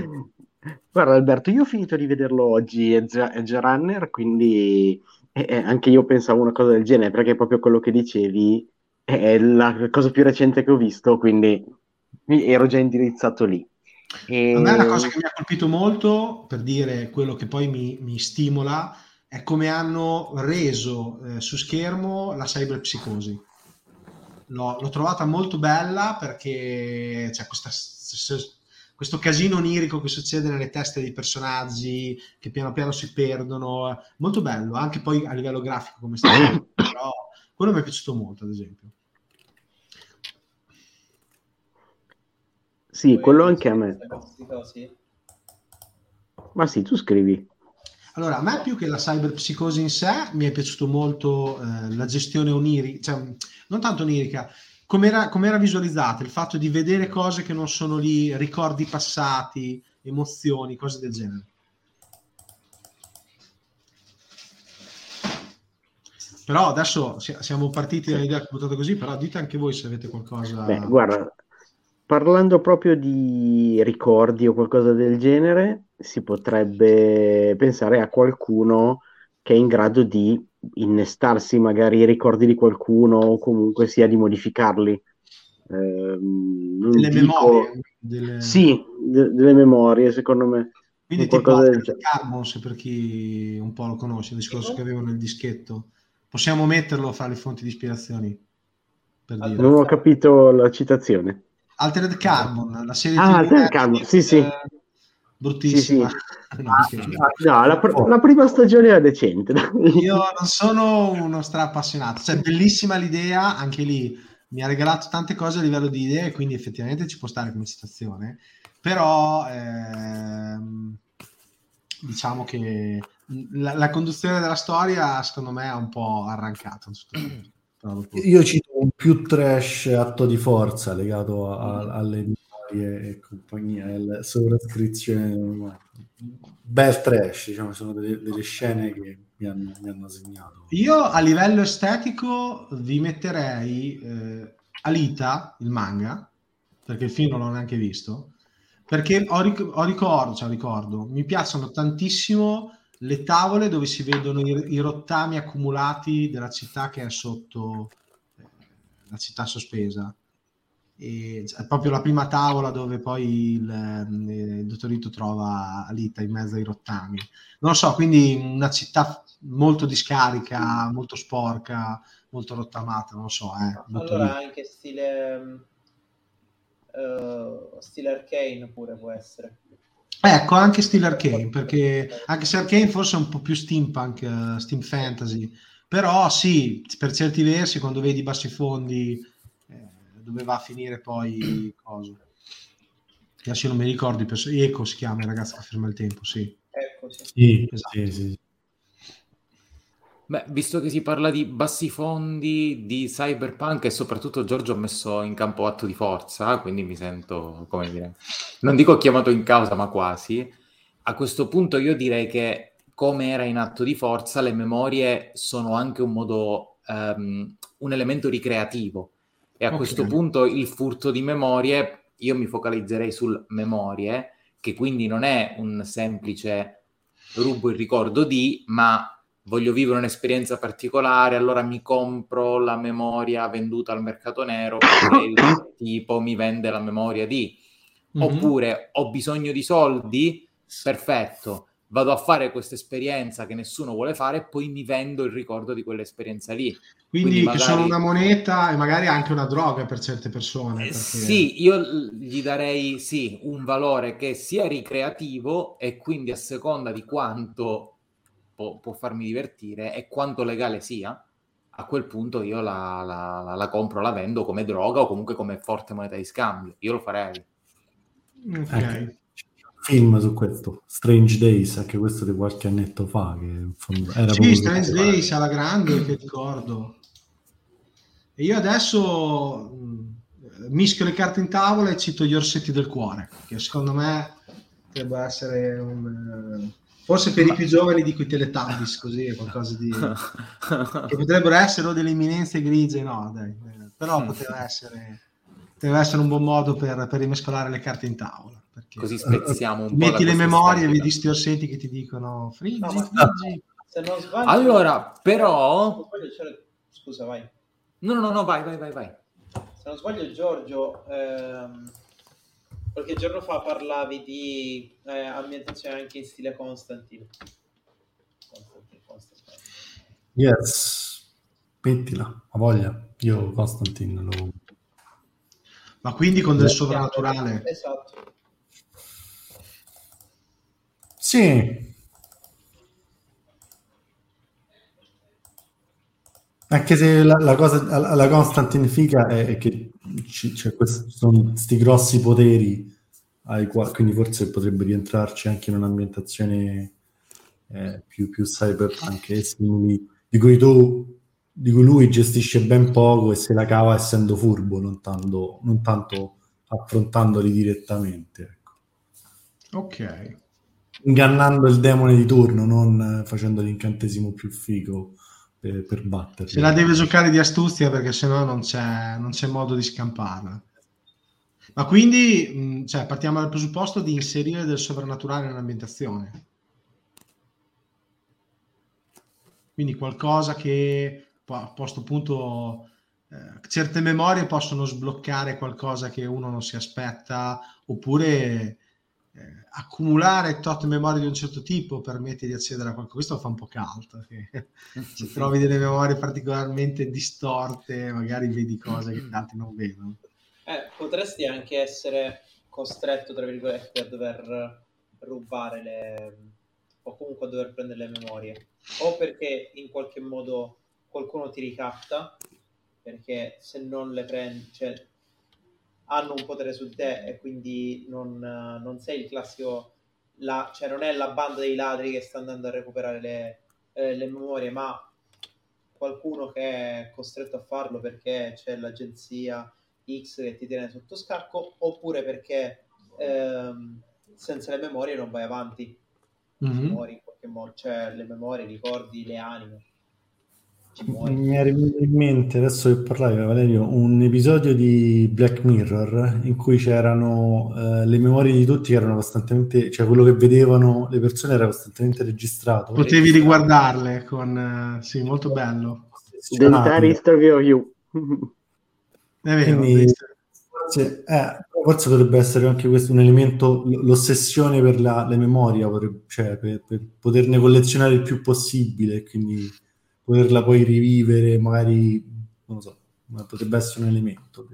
Speaker 3: Guarda Alberto, io ho finito di vederlo oggi, Edge, Edge Runner, quindi eh, anche io pensavo una cosa del genere, perché è proprio quello che dicevi, è la cosa più recente che ho visto, quindi ero già indirizzato lì. E...
Speaker 2: A me la cosa che mi ha colpito molto, per dire quello che poi mi, mi stimola, è come hanno reso eh, su schermo la cyberpsicosi. L'ho, l'ho trovata molto bella perché c'è questa, questo casino onirico che succede nelle teste dei personaggi che piano piano si perdono, molto bello, anche poi a livello grafico come sta, però quello mi è piaciuto molto, ad esempio.
Speaker 3: Sì, quello anche a me. Ma sì, tu scrivi.
Speaker 2: Allora, a me più che la cyberpsicosi in sé mi è piaciuto molto eh, la gestione onirica, cioè non tanto onirica, come era, come era visualizzata, il fatto di vedere cose che non sono lì, ricordi passati, emozioni, cose del genere. Però adesso siamo partiti dall'idea che ho buttato così, però dite anche voi se avete qualcosa...
Speaker 3: Beh, guarda, parlando proprio di ricordi o qualcosa del genere, si potrebbe pensare a qualcuno che è in grado di innestarsi magari i ricordi di qualcuno o comunque sia di modificarli. Eh, non
Speaker 2: delle
Speaker 3: dico...
Speaker 2: memorie. Delle...
Speaker 3: Sì, de- delle memorie, secondo me.
Speaker 2: Quindi tipo del... Carbons, per chi un po' lo conosce, il discorso che avevo nel dischetto. Possiamo metterlo fra le fonti di ispirazioni? Per dire.
Speaker 3: Non ho capito la citazione.
Speaker 2: Altered Carbon, la serie
Speaker 3: ah,
Speaker 2: Altered
Speaker 3: Carbon, sì, sì.
Speaker 2: Bruttissima.
Speaker 3: Sì, sì. No, no la, pr- la prima stagione era decente.
Speaker 2: Io non sono uno stra appassionato, cioè bellissima l'idea, anche lì mi ha regalato tante cose a livello di idee, quindi effettivamente ci può stare come citazione, però ehm, diciamo che la, la conduzione della storia secondo me è un po' arrancata a un certo punto. Però dopo-
Speaker 6: Io cito un più trash atto di forza legato a- a- alle memorie e compagnia, alla sovrascrizione delle memorie. Bel trash, diciamo, sono delle, delle scene che mi hanno, mi hanno segnato.
Speaker 2: Io a livello estetico vi metterei eh, Alita, il manga, perché il film non l'ho neanche visto, perché ho, ric- ho ricordo, cioè ricordo, mi piacciono tantissimo le tavole dove si vedono i, i rottami accumulati della città che è sotto eh, la città sospesa. E è proprio la prima tavola dove poi il, eh, il dottorito trova Alita in mezzo ai rottami. Non lo so, quindi una città molto di scarica, molto sporca, molto rottamata, non lo so, eh, butto
Speaker 4: Allora
Speaker 2: lì.
Speaker 4: anche stile uh, stile Arcane pure può essere.
Speaker 2: Ecco, anche stile Arcane, perché anche se Arcane forse è un po' più steampunk, eh, steam fantasy, però sì, per certi versi quando vedi i bassifondi eh, dove va a finire poi coso. Adesso non mi ricordo, il perso- Eco si chiama il ragazzo che ferma il tempo, sì.
Speaker 4: Ecco, sì.
Speaker 6: Sì,
Speaker 2: Esatto.
Speaker 6: sì, sì.
Speaker 5: Beh, visto che si parla di bassi fondi, di cyberpunk e soprattutto Giorgio ha messo in campo atto di forza, quindi mi sento, come dire, non dico chiamato in causa, ma quasi. A questo punto io direi che, come era in atto di forza, le memorie sono anche un modo, ehm, un elemento ricreativo. E a
Speaker 2: Ok.
Speaker 5: questo punto il furto di memorie, io mi focalizzerei sul memorie, che quindi non è un semplice rubo il ricordo di, ma voglio vivere un'esperienza particolare, allora mi compro la memoria venduta al mercato nero perché il tipo mi vende la memoria di.
Speaker 2: Mhm.
Speaker 5: Oppure ho bisogno di soldi, perfetto, vado a fare questa esperienza che nessuno vuole fare e poi mi vendo il ricordo di quell'esperienza lì.
Speaker 2: Quindi,
Speaker 5: Quindi
Speaker 2: che sono
Speaker 5: magari...
Speaker 2: una moneta e magari anche una droga per certe persone.
Speaker 5: Eh,
Speaker 2: Perché...
Speaker 5: Sì, io l- gli darei sì, un valore che sia ricreativo e quindi a seconda di quanto può, può farmi divertire e quanto legale sia, a quel punto io la, la- la- la compro, la vendo come droga o comunque come forte moneta di scambio. Io lo farei.
Speaker 2: Ok.
Speaker 6: Anche film su questo, Strange Days, anche questo di qualche annetto fa, che in fondo era
Speaker 2: Sì,
Speaker 6: proprio
Speaker 2: Strange
Speaker 6: per-
Speaker 2: Days alla grande, che ricordo. E io adesso mh, mischio le carte in tavola e cito gli orsetti del cuore, che secondo me potrebbe essere un... eh, forse per i
Speaker 5: Ma-
Speaker 2: più giovani dico i Teletubbies, così, qualcosa di... che potrebbero essere o delle eminenze grigie, no, dai, eh, però poteva essere, poteva essere un buon modo per, per rimescolare le carte in tavola, perché
Speaker 5: Così spezziamo
Speaker 2: ti
Speaker 5: un po' da
Speaker 2: metti le
Speaker 5: questa
Speaker 2: memorie e
Speaker 5: estetica.
Speaker 2: vedi sti orsetti che ti dicono
Speaker 4: No,
Speaker 2: friggi,
Speaker 4: ma
Speaker 2: friggi.
Speaker 4: se non sbaglio...
Speaker 5: Allora, però...
Speaker 4: se non sbaglio c'era- Scusa, vai.
Speaker 5: No, no, no, vai, vai, vai, vai.
Speaker 4: Se non sbaglio, Giorgio, ehm, qualche giorno fa parlavi di eh, ambientazione anche in stile Constantine. Constantine, Constantine.
Speaker 6: Yes, mettila, ha voglia. Io Constantine lo...
Speaker 2: Ma quindi con del sovrannaturale.
Speaker 4: Esatto.
Speaker 6: Sì. Anche se la, la cosa, la, la Constantine figa è, è che ci, c'è questi, sono questi grossi poteri, ai quali, quindi forse potrebbe rientrarci anche in un'ambientazione eh, più, più cyberpunk e simili, di cui tu, di cui lui gestisce ben poco e se la cava essendo furbo, non tanto, non tanto affrontandoli direttamente, ecco.
Speaker 2: Ok.
Speaker 6: Ingannando il demone di turno, non facendo l'incantesimo più figo per, per batterlo.
Speaker 2: Se la deve giocare di astuzia perché sennò non c'è, non c'è modo di scamparla. Ma quindi mh, cioè, partiamo dal presupposto di inserire del sovrannaturale nell'ambientazione. Quindi qualcosa che a questo punto eh, certe memorie possono sbloccare qualcosa che uno non si aspetta, oppure eh, accumulare tot memorie di un certo tipo permette di accedere a qualcosa. Questo fa un po' caldo, che se trovi delle memorie particolarmente distorte magari vedi cose che tanti non vedono.
Speaker 4: Eh, potresti anche essere costretto, tra virgolette, a dover rubare le... o comunque a dover prendere le memorie, o perché in qualche modo qualcuno ti ricatta, perché se non le prendi, cioè hanno un potere su te e quindi non, non sei il classico, la, cioè non è la banda dei ladri che sta andando a recuperare le, eh, le memorie, ma qualcuno che è costretto a farlo perché c'è l'agenzia X che ti tiene sotto scacco, oppure perché ehm, senza le memorie non vai avanti,
Speaker 2: Mm-hmm.
Speaker 4: muori in qualche modo, cioè le memorie, i ricordi, le anime. Ci muori.
Speaker 6: Mi è venuto in mente, adesso che parlavi Valerio, un episodio di Black Mirror in cui c'erano eh, le memorie di tutti che erano costantemente, cioè quello che vedevano le persone era costantemente registrato.
Speaker 2: Potevi riguardarle con... Uh, sì, molto bello.
Speaker 3: The entire history of you.
Speaker 2: È vero,
Speaker 6: Quindi, forse, eh, forse dovrebbe essere anche questo un elemento, l- l'ossessione per la, le memorie, potrebbe- cioè per, per poterne collezionare il più possibile, quindi poterla poi rivivere, magari, non lo so, ma potrebbe essere un elemento.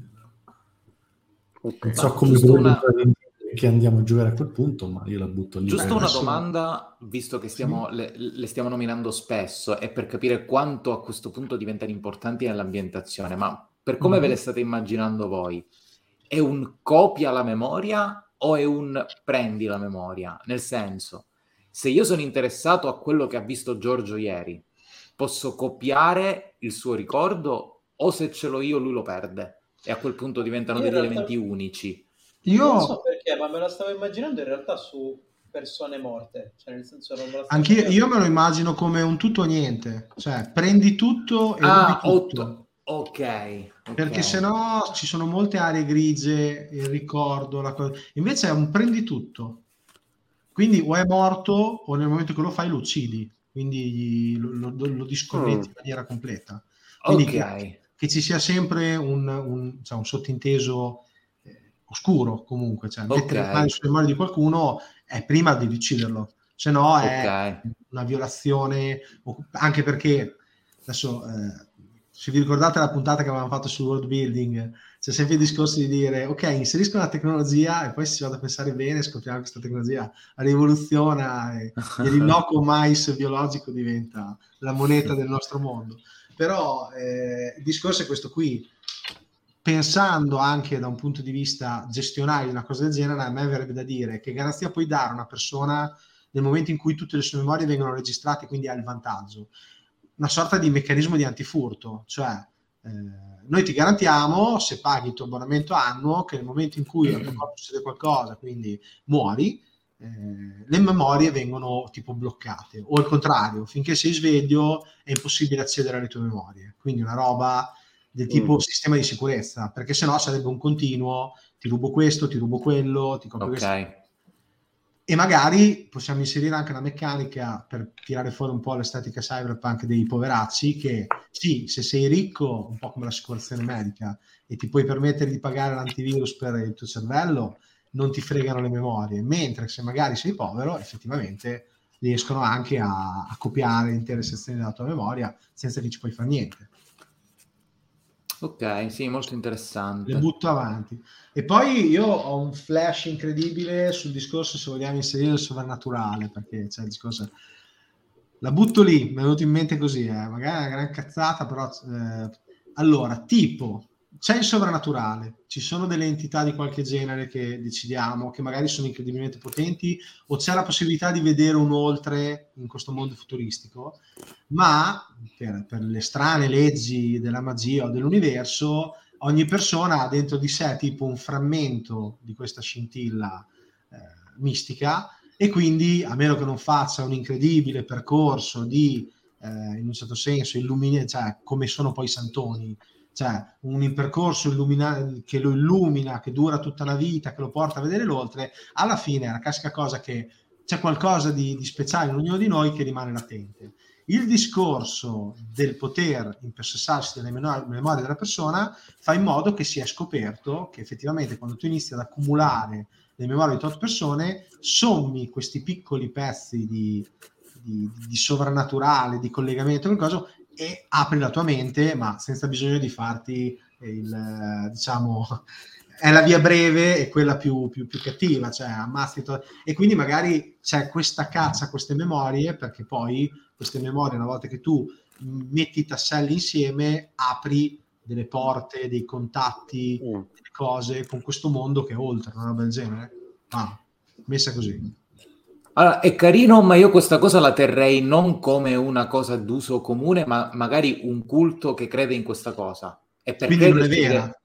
Speaker 3: Okay.
Speaker 6: Non so
Speaker 5: Ma
Speaker 6: come
Speaker 5: giusto
Speaker 6: potrebbe
Speaker 5: una-
Speaker 6: entrare in- che andiamo a giocare a quel punto, ma io la butto lì.
Speaker 5: Giusto
Speaker 2: Beh,
Speaker 5: una
Speaker 2: adesso-
Speaker 5: domanda, visto che stiamo, le, le stiamo nominando spesso, e per capire quanto a questo punto diventano importanti nell'ambientazione, ma per come
Speaker 2: Mhm.
Speaker 5: ve le state immaginando voi, è un copia la memoria o è un prendi la memoria? Nel senso, se io sono interessato a quello che ha visto Giorgio ieri, posso copiare il suo ricordo, o se ce l'ho io lui lo perde e a quel punto diventano
Speaker 4: Io in
Speaker 5: degli
Speaker 4: realtà-
Speaker 5: elementi unici?
Speaker 2: Io...
Speaker 4: Non so perché, ma me la stavo immaginando in realtà su persone morte, cioè nel senso non me la stavo
Speaker 2: Anch'io io
Speaker 4: immaginando-
Speaker 2: me lo immagino come un tutto o niente, cioè prendi tutto e
Speaker 5: Ah,
Speaker 2: rubi tutto,
Speaker 5: otto. Ok, ok.
Speaker 2: perché sennò ci sono molte aree grigie, il ricordo, la cosa. Invece è un prendi tutto, quindi o è morto o nel momento che lo fai lo uccidi, quindi lo, lo, lo disconnetti
Speaker 3: Mm.
Speaker 2: in maniera completa. Quindi
Speaker 5: Ok.
Speaker 2: che, che ci sia sempre un, un, cioè un sottinteso eh, oscuro comunque, cioè mettere
Speaker 5: Ok.
Speaker 2: le mani sulle mani di qualcuno è prima di ucciderlo, se no è
Speaker 5: Ok.
Speaker 2: una violazione, anche perché adesso eh, se vi ricordate la puntata che avevamo fatto sul world building, c'è sempre il discorso di dire ok, inseriscono la tecnologia e poi se si vada a pensare bene scopriamo che questa tecnologia rivoluziona e, e l'innocuo mais biologico diventa la moneta del nostro mondo. Però eh, il discorso è questo qui, pensando anche da un punto di vista gestionale di una cosa del genere, a me verrebbe da dire che garanzia puoi dare a una persona nel momento in cui tutte le sue memorie vengono registrate, quindi ha il vantaggio. Una sorta di meccanismo di antifurto, cioè eh, noi ti garantiamo, se paghi il tuo abbonamento annuo, che nel momento in cui a tuo corpo succede qualcosa, quindi muori, eh, le memorie vengono tipo bloccate, o al contrario, finché sei sveglio è impossibile accedere alle tue memorie, quindi una roba del tipo
Speaker 3: Mm.
Speaker 2: sistema di sicurezza, perché sennò sarebbe un continuo, ti rubo questo, ti rubo quello, ti copio questo.
Speaker 5: Ok.
Speaker 2: E magari possiamo inserire anche una meccanica per tirare fuori un po' l'estetica cyberpunk dei poveracci, che sì, se sei ricco, un po' come l'assicurazione medica, e ti puoi permettere di pagare l'antivirus per il tuo cervello, non ti fregano le memorie, mentre se magari sei povero, effettivamente riescono anche a, a copiare intere sezioni della tua memoria senza che ci puoi fare niente.
Speaker 5: Ok, sì, molto interessante.
Speaker 2: Le butto avanti. E poi io ho un flash incredibile sul discorso, se vogliamo inserire il sovrannaturale, perché c'è il discorso, la butto lì, mi è venuto in mente così, eh, magari è una gran cazzata, però eh, allora, tipo c'è il sovrannaturale, ci sono delle entità di qualche genere che decidiamo che magari sono incredibilmente potenti, o c'è la possibilità di vedere un oltre in questo mondo futuristico, ma per, per le strane leggi della magia o dell'universo, ogni persona ha dentro di sé tipo un frammento di questa scintilla eh, mistica, e quindi a meno che non faccia un incredibile percorso di eh, in un certo senso illumini, cioè come sono poi i santoni, cioè un percorso illumina- che lo illumina, che dura tutta una vita, che lo porta a vedere l'oltre, alla fine è la classica cosa che c'è qualcosa di, di speciale in ognuno di noi che rimane latente. Il discorso del poter impersonarsi nelle memorie della persona fa in modo che sia scoperto che effettivamente quando tu inizi ad accumulare le memorie di tot persone, sommi questi piccoli pezzi di, di, di sovrannaturale, di collegamento, qualcosa, e apri la tua mente, ma senza bisogno di farti il, diciamo, è la via breve e quella più, più, più cattiva, cioè ammazzi to- e quindi magari c'è questa caccia a queste memorie, perché poi queste memorie, una volta che tu metti i tasselli insieme, apri delle porte, dei contatti,
Speaker 3: Mm.
Speaker 2: delle cose con questo mondo che è oltre, una roba del genere. Ah, messa così.
Speaker 5: Allora, è carino, ma io questa cosa la terrei non come una cosa d'uso comune, ma magari un culto che crede in questa cosa. E per
Speaker 2: Quindi non è
Speaker 5: crederci-
Speaker 2: vera.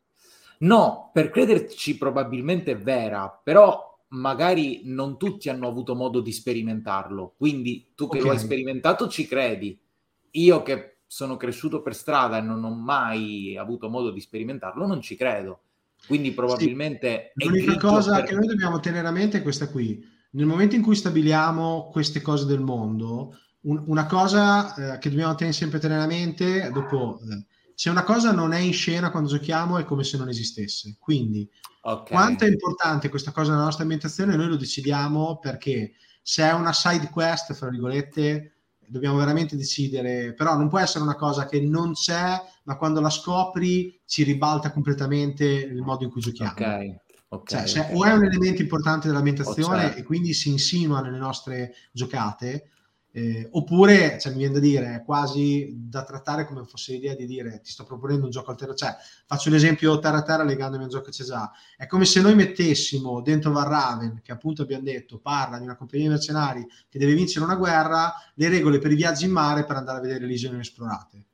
Speaker 5: No, per crederci probabilmente è vera, però magari non tutti hanno avuto modo di sperimentarlo. Quindi tu che
Speaker 2: Ok.
Speaker 5: lo hai sperimentato ci credi. Io che sono cresciuto per strada e non ho mai avuto modo di sperimentarlo, non ci credo. Quindi probabilmente è
Speaker 2: L'unica
Speaker 5: grigio
Speaker 2: cosa
Speaker 5: per-
Speaker 2: che noi dobbiamo tenere a mente è questa qui. Nel momento in cui stabiliamo queste cose del mondo, un- una cosa eh, che dobbiamo tenere sempre tenere a mente, dopo, eh, se una cosa non è in scena quando giochiamo è come se non esistesse. Quindi,
Speaker 5: Ok.
Speaker 2: quanto è importante questa cosa nella nostra ambientazione, noi lo decidiamo perché se è una side quest, fra virgolette, dobbiamo veramente decidere, però non può essere una cosa che non c'è, ma quando la scopri ci ribalta completamente il modo in cui giochiamo.
Speaker 5: Ok, ok.
Speaker 2: Cioè, se-
Speaker 5: ok.
Speaker 2: o è un elemento importante dell'ambientazione
Speaker 5: Oh, certo.
Speaker 2: e quindi si insinua nelle nostre giocate, eh, oppure, cioè, mi viene da dire, è quasi da trattare come fosse l'idea di dire ti sto proponendo un gioco alternativo. Cioè, faccio l'esempio terra a terra legandomi a un gioco che c'è già. È come se noi mettessimo dentro Varraven, che appunto abbiamo detto parla di una compagnia di mercenari che deve vincere una guerra, le regole per i viaggi in mare per andare a vedere le isole inesplorate.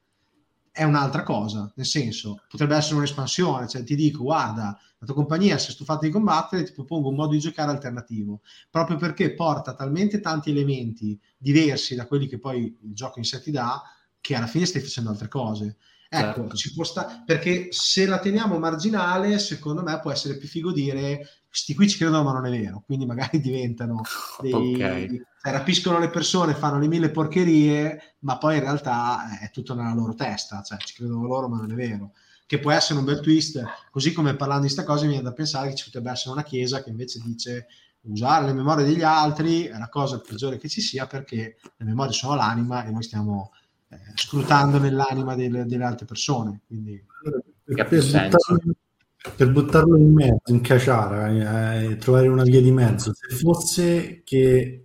Speaker 2: È un'altra cosa, nel senso, potrebbe essere un'espansione, cioè ti dico, guarda, la tua compagnia si è stufata di combattere, ti propongo un modo di giocare alternativo, proprio perché porta talmente tanti elementi diversi da quelli che poi il gioco in sé ti dà, che alla fine stai facendo altre cose. Ecco,
Speaker 5: Certo.
Speaker 2: ci può sta- perché se la teniamo marginale, secondo me può essere più figo dire, sti qui ci credono ma non è vero, quindi magari diventano dei...
Speaker 5: Ok.
Speaker 2: cioè, rapiscono le persone, fanno le mille porcherie, ma poi in realtà è tutto nella loro testa, cioè ci credono loro ma non è vero, che può essere un bel twist. Così come parlando di sta cosa mi viene da pensare che ci potrebbe essere una chiesa che invece dice usare le memorie degli altri è la cosa peggiore che ci sia, perché le memorie sono l'anima e noi stiamo eh, scrutando nell'anima delle, delle altre persone, quindi
Speaker 5: Che ha
Speaker 6: Per,
Speaker 5: più
Speaker 6: per
Speaker 5: senso.
Speaker 6: buttarlo, per buttarlo in mezzo, in caciara, eh, trovare una via di mezzo. Se fosse che,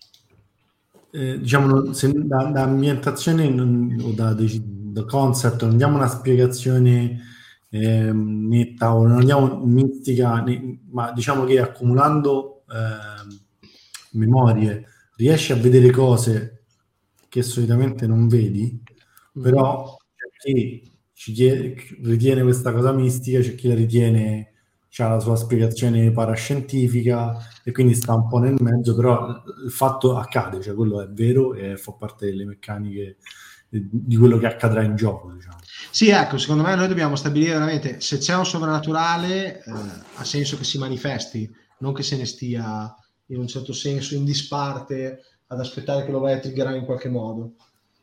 Speaker 6: eh, diciamo, non- se da, da ambientazione non- o da, dec- da concept non diamo una spiegazione ehm, netta o non diamo mistica, né- ma diciamo che accumulando ehm, memorie riesci a vedere cose che solitamente non vedi, però c'è chi ci chiede- ritiene questa cosa mistica, c'è chi la ritiene, c'ha la sua spiegazione parascientifica e quindi sta un po' nel mezzo, però il fatto accade, cioè quello è vero e fa parte delle meccaniche di quello che accadrà in gioco, diciamo.
Speaker 2: sì, ecco, secondo me noi dobbiamo stabilire veramente se c'è un sovrannaturale, eh, ha senso che si manifesti, non che se ne stia in un certo senso in disparte ad aspettare che lo vai a triggerare in qualche modo.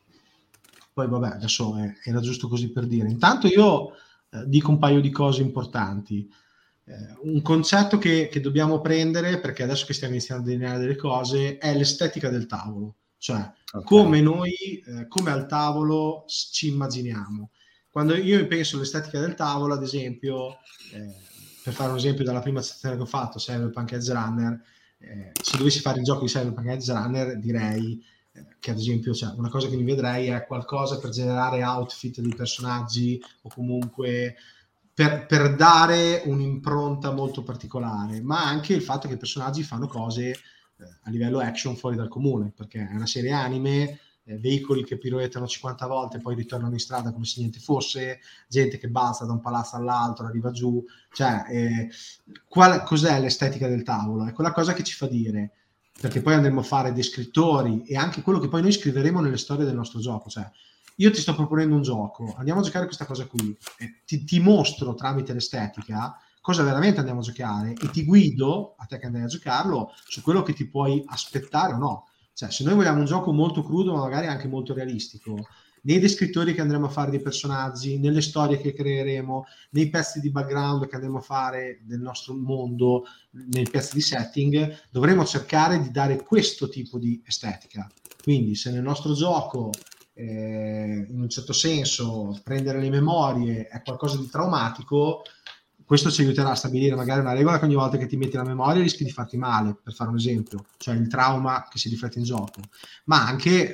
Speaker 2: Poi vabbè, adesso è- era giusto così per dire. Intanto io eh, dico un paio di cose importanti. Eh, un concetto che, che dobbiamo prendere, perché adesso che stiamo iniziando a delineare delle cose, è l'estetica del tavolo, cioè
Speaker 5: Ok.
Speaker 2: come noi, eh, come al tavolo s- ci immaginiamo. Quando io penso all'estetica del tavolo, ad esempio, eh, per fare un esempio dalla prima sezione che ho fatto, Cyberpunk Edge Runner, eh, se dovessi fare il gioco di Cyberpunk Edge Runner, direi eh, che ad esempio, cioè, una cosa che mi vedrei è qualcosa per generare outfit dei personaggi o comunque per, per dare un'impronta molto particolare, ma anche il fatto che i personaggi fanno cose eh, a livello action fuori dal comune, perché è una serie anime, eh, veicoli che piroettano cinquanta volte e poi ritornano in strada come se niente fosse, gente che balza da un palazzo all'altro, arriva giù, cioè eh, qual, cos'è l'estetica del tavolo? È quella cosa che ci fa dire, perché poi andremo a fare descrittori e anche quello che poi noi scriveremo nelle storie del nostro gioco, cioè io ti sto proponendo un gioco, andiamo a giocare questa cosa qui, eh, ti, ti mostro tramite l'estetica cosa veramente andiamo a giocare e ti guido, a te che andrai a giocarlo, su quello che ti puoi aspettare o no. Cioè, se noi vogliamo un gioco molto crudo, ma magari anche molto realistico, nei descrittori che andremo a fare dei personaggi, nelle storie che creeremo, nei pezzi di background che andremo a fare del nostro mondo, nei pezzi di setting, dovremo cercare di dare questo tipo di estetica. Quindi se nel nostro gioco eh, in un certo senso prendere le memorie è qualcosa di traumatico, questo ci aiuterà a stabilire magari una regola che ogni volta che ti metti la memoria rischi di farti male, per fare un esempio, cioè il trauma che si riflette in gioco, ma anche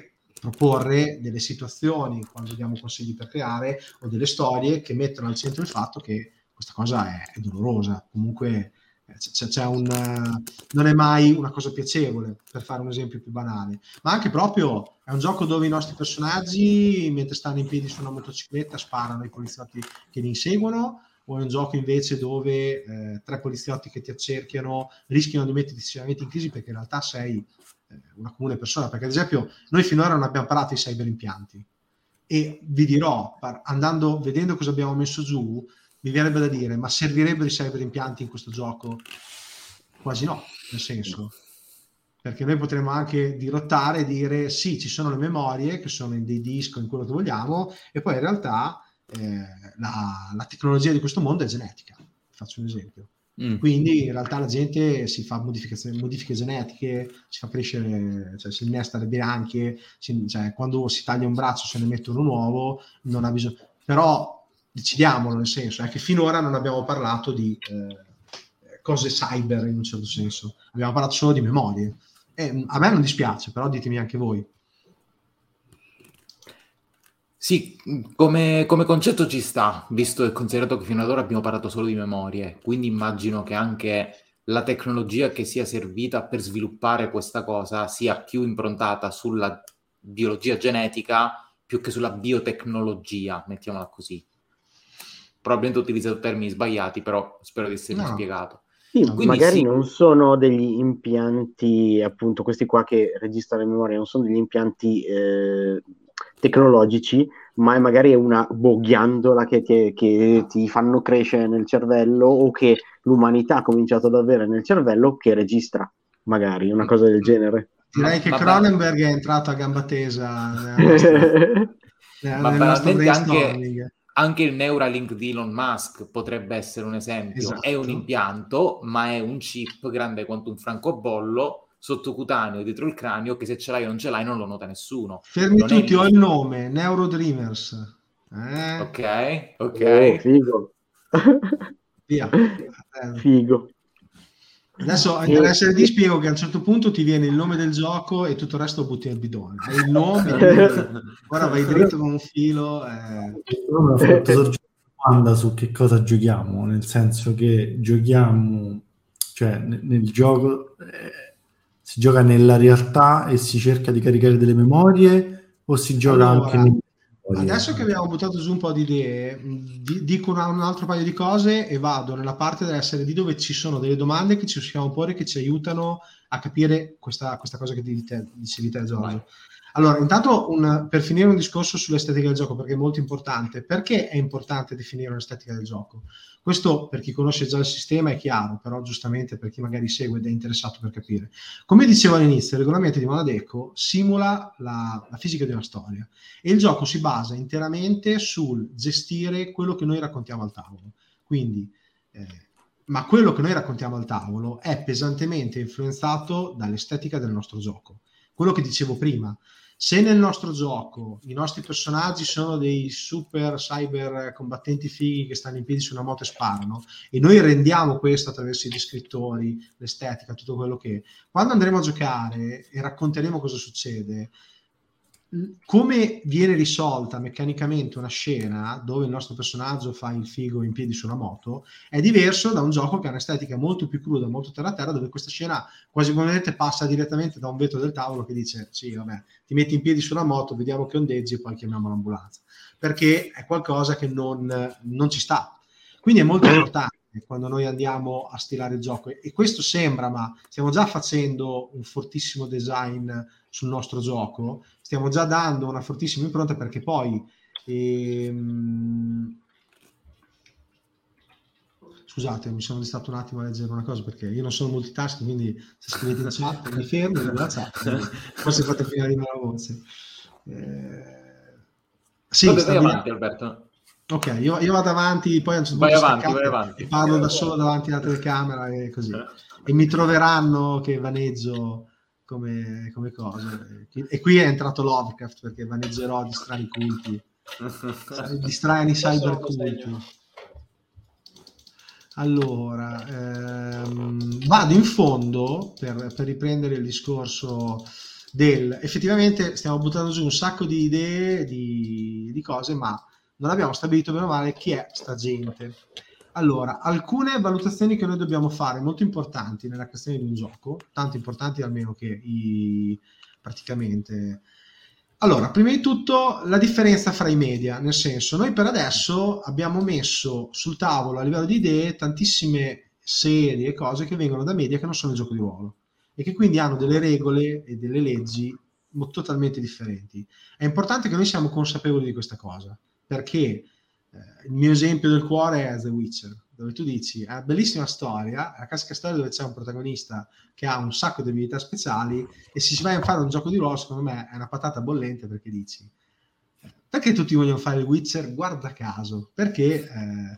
Speaker 2: proporre delle situazioni quando diamo consigli per creare o delle storie che mettono al centro il fatto che questa cosa è, è dolorosa, comunque c'è, c'è un, non è mai una cosa piacevole, per fare un esempio più banale, ma anche proprio è un gioco dove i nostri personaggi mentre stanno in piedi su una motocicletta sparano ai poliziotti che li inseguono, o è un gioco invece dove eh, tre poliziotti che ti accerchiano rischiano di metterti sicuramente in crisi perché in realtà sei eh, una comune persona, perché ad esempio noi finora non abbiamo parlato di cyberimpianti e vi dirò, par- andando, vedendo cosa abbiamo messo giù, mi verrebbe da dire, ma servirebbero i cyberimpianti in questo gioco? Quasi no, nel senso, perché noi potremmo anche dirottare e dire sì, ci sono le memorie che sono in dei dischi, in quello che vogliamo, e poi in realtà eh, la, la tecnologia di questo mondo è genetica, faccio un esempio. Mm. Quindi in realtà la gente si fa modifiche genetiche, si fa crescere, cioè si innesta le branchie, si, cioè, quando si taglia un braccio se ne mette uno nuovo, non ha bisogno, però decidiamolo, nel senso è che finora non abbiamo parlato di eh, cose cyber in un certo senso, abbiamo parlato solo di memorie e a me non dispiace, però ditemi anche voi.
Speaker 5: Sì, come, come concetto ci sta, visto e considerato che fino ad ora abbiamo parlato solo di memorie, quindi immagino che anche la tecnologia che sia servita per sviluppare questa cosa sia più improntata sulla biologia genetica più che sulla biotecnologia, mettiamola così. Probabilmente ho utilizzato termini sbagliati, però spero di essermi no. spiegato.
Speaker 3: Sì, quindi magari sì. Non sono degli impianti, appunto, questi qua che registrano le memorie, non sono degli impianti eh, tecnologici, ma è magari una ghiandola che ti, che ti fanno crescere nel cervello o che l'umanità ha cominciato ad avere nel cervello che registra, magari, una cosa del genere.
Speaker 2: Direi che Cronenberg è entrato a gamba tesa nella nostra, nella,
Speaker 5: ma
Speaker 2: nel nostro
Speaker 5: anche, anche il Neuralink di Elon Musk potrebbe essere un esempio. Esatto. È un impianto, ma è un chip grande quanto un francobollo sottocutaneo dietro il cranio che se ce l'hai o non ce l'hai non lo nota nessuno.
Speaker 2: Fermi
Speaker 5: non
Speaker 2: tutti, ho il nome, Neurodreamers. Eh?
Speaker 5: Ok, ok.
Speaker 3: Oh, figo.
Speaker 2: Via.
Speaker 3: Figo.
Speaker 2: Adesso nell'S R D spiego che a un certo punto ti viene il nome del gioco e tutto il resto lo butti nel bidone. Hai il nome, ora vai dritto con un filo. Eh.
Speaker 6: Ho fatto sorgere una domanda su che cosa giochiamo, nel senso che giochiamo, cioè nel, nel gioco eh, si gioca nella realtà e si cerca di caricare delle memorie o si gioca allora, anche nel
Speaker 2: adesso che abbiamo buttato su un po' di idee, dico una, un altro paio di cose e vado nella parte dell'S R D dove ci sono delle domande che ci possiamo porre che ci aiutano a capire questa, questa cosa che dicevi te, Giorgio. Allora, intanto un, per finire un discorso sull'estetica del gioco, perché è molto importante. Perché è importante definire un'estetica del gioco? Questo per chi conosce già il sistema è chiaro, però giustamente per chi magari segue ed è interessato per capire. Come dicevo all'inizio, il regolamento di Monadeco simula la, la fisica di una storia e il gioco si basa interamente sul gestire quello che noi raccontiamo al tavolo. Quindi, eh, ma quello che noi raccontiamo al tavolo è pesantemente influenzato dall'estetica del nostro gioco. Quello che dicevo prima. Se nel nostro gioco i nostri personaggi sono dei super cyber combattenti fighi che stanno in piedi su una moto e sparano, e noi rendiamo questo attraverso i descrittori, l'estetica, tutto quello che... Quando andremo a giocare e racconteremo cosa succede, come viene risolta meccanicamente una scena dove il nostro personaggio fa il figo in piedi su una moto è diverso da un gioco che ha un'estetica molto più cruda, molto terra terra, dove questa scena quasi come vedete passa direttamente da un vetro del tavolo che dice sì vabbè ti metti in piedi su una moto, vediamo che ondeggi e poi chiamiamo l'ambulanza, perché è qualcosa che non, non ci sta. Quindi è molto importante quando noi andiamo a stilare il gioco, e questo sembra, ma stiamo già facendo un fortissimo design sul nostro gioco, stiamo già dando una fortissima impronta, perché poi ehm... scusate, mi sono distratto un attimo a leggere una cosa perché io non sono multitasking, quindi se scrivete in chat mi fermo e la chat, forse fate prima di me la voce. Eh... sì,
Speaker 5: Vabbè, vai avanti, Alberto.
Speaker 2: Ok, io, io vado avanti, poi a un certo
Speaker 5: vai
Speaker 2: punto
Speaker 5: avanti, vai avanti.
Speaker 2: E parlo da solo davanti alla telecamera e così, e mi troveranno che vaneggio come, come cosa. E qui è entrato Lovecraft perché vaneggerò di strani culti, di strani cyber culti. Allora, ehm, vado in fondo per, per riprendere il discorso del effettivamente stiamo buttando giù un sacco di idee, di, di cose, ma non abbiamo stabilito bene o male chi è sta gente. Allora, alcune valutazioni che noi dobbiamo fare molto importanti nella creazione di un gioco, tanto importanti almeno che i praticamente. Allora, prima di tutto la differenza fra i media, nel senso, noi per adesso abbiamo messo sul tavolo a livello di idee tantissime serie e cose che vengono da media che non sono il gioco di ruolo e che quindi hanno delle regole e delle leggi totalmente differenti. È importante che noi siamo consapevoli di questa cosa, perché eh, il mio esempio del cuore è The Witcher, dove tu dici è una bellissima storia, la classica storia dove c'è un protagonista che ha un sacco di abilità speciali e se si va a fare un gioco di ruolo, secondo me è una patata bollente, perché dici perché tutti vogliono fare il Witcher? Guarda caso, perché eh,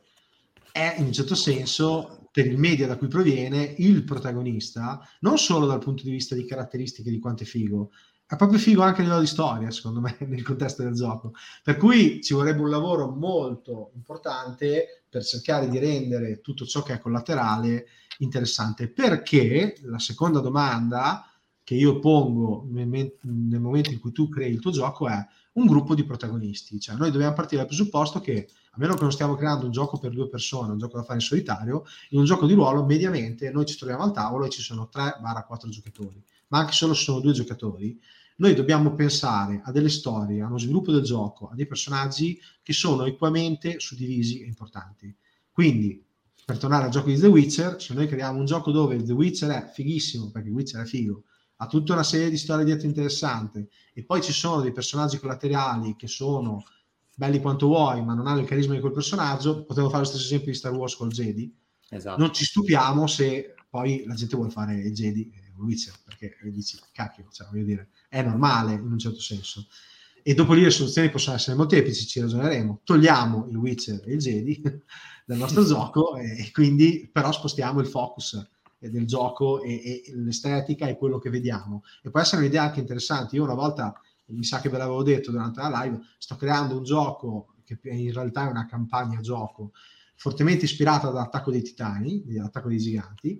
Speaker 2: è in un certo senso, per il media da cui proviene, il protagonista, non solo dal punto di vista di caratteristiche di quanto è figo, è proprio figo anche a livello di storia, secondo me, nel contesto del gioco. Per cui ci vorrebbe un lavoro molto importante per cercare di rendere tutto ciò che è collaterale interessante. Perché la seconda domanda che io pongo nel, nel momento in cui tu crei il tuo gioco è un gruppo di protagonisti. Cioè noi dobbiamo partire dal presupposto che, a meno che non stiamo creando un gioco per due persone, un gioco da fare in solitario, in un gioco di ruolo mediamente noi ci troviamo al tavolo e ci sono tre quattro giocatori, ma anche solo se sono due giocatori, noi dobbiamo pensare a delle storie, a uno sviluppo del gioco, a dei personaggi che sono equamente suddivisi e importanti. Quindi, per tornare al gioco di The Witcher, se noi creiamo un gioco dove The Witcher è fighissimo, perché The Witcher è figo, ha tutta una serie di storie dietro interessante, e poi ci sono dei personaggi collaterali che sono belli quanto vuoi, ma non hanno il carisma di quel personaggio, potevo fare lo stesso esempio di Star Wars col Jedi. Esatto. Non ci stupiamo se poi la gente vuole fare il Jedi e il Witcher, perché dici, cacchio, cioè, voglio dire, è normale in un certo senso. E dopo lì le soluzioni possono essere molteplici, ci ragioneremo. Togliamo il Witcher e il Jedi dal nostro gioco e quindi però spostiamo il focus del gioco e, e l'estetica e quello che vediamo. E può essere un'idea anche interessante. Io una volta, mi sa che ve l'avevo detto durante la live, sto creando un gioco che in realtà è una campagna gioco fortemente ispirata dall'Attacco dei Titani, dall'Attacco dei Giganti,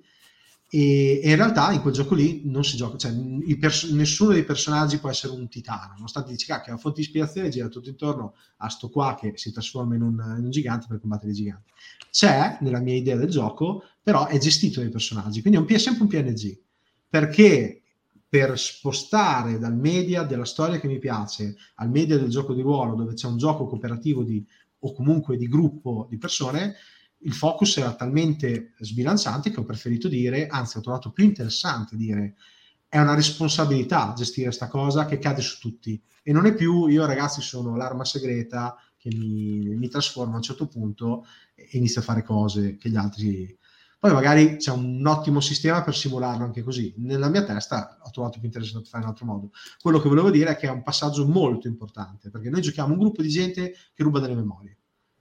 Speaker 2: e, e in realtà in quel gioco lì non si gioca, cioè i pers- nessuno dei personaggi può essere un titano, nonostante dici che la fonte di ispirazione gira tutto intorno a sto qua che si trasforma in un, in un gigante per combattere i giganti. C'è nella mia idea del gioco, però è gestito dai personaggi, quindi è, un, è sempre un P N G, perché per spostare dal media della storia che mi piace al media del gioco di ruolo, dove c'è un gioco cooperativo di, o comunque di gruppo di persone, il focus era talmente sbilanciante che ho preferito dire, anzi ho trovato più interessante dire, è una responsabilità gestire sta cosa che cade su tutti, e non è più io ragazzi sono l'arma segreta che mi, mi trasforma a un certo punto e inizio a fare cose che gli altri... Poi magari c'è un ottimo sistema per simularlo anche così. Nella mia testa ho trovato più interessante fare in un altro modo. Quello che volevo dire è che è un passaggio molto importante, perché noi giochiamo un gruppo di gente che ruba delle memorie.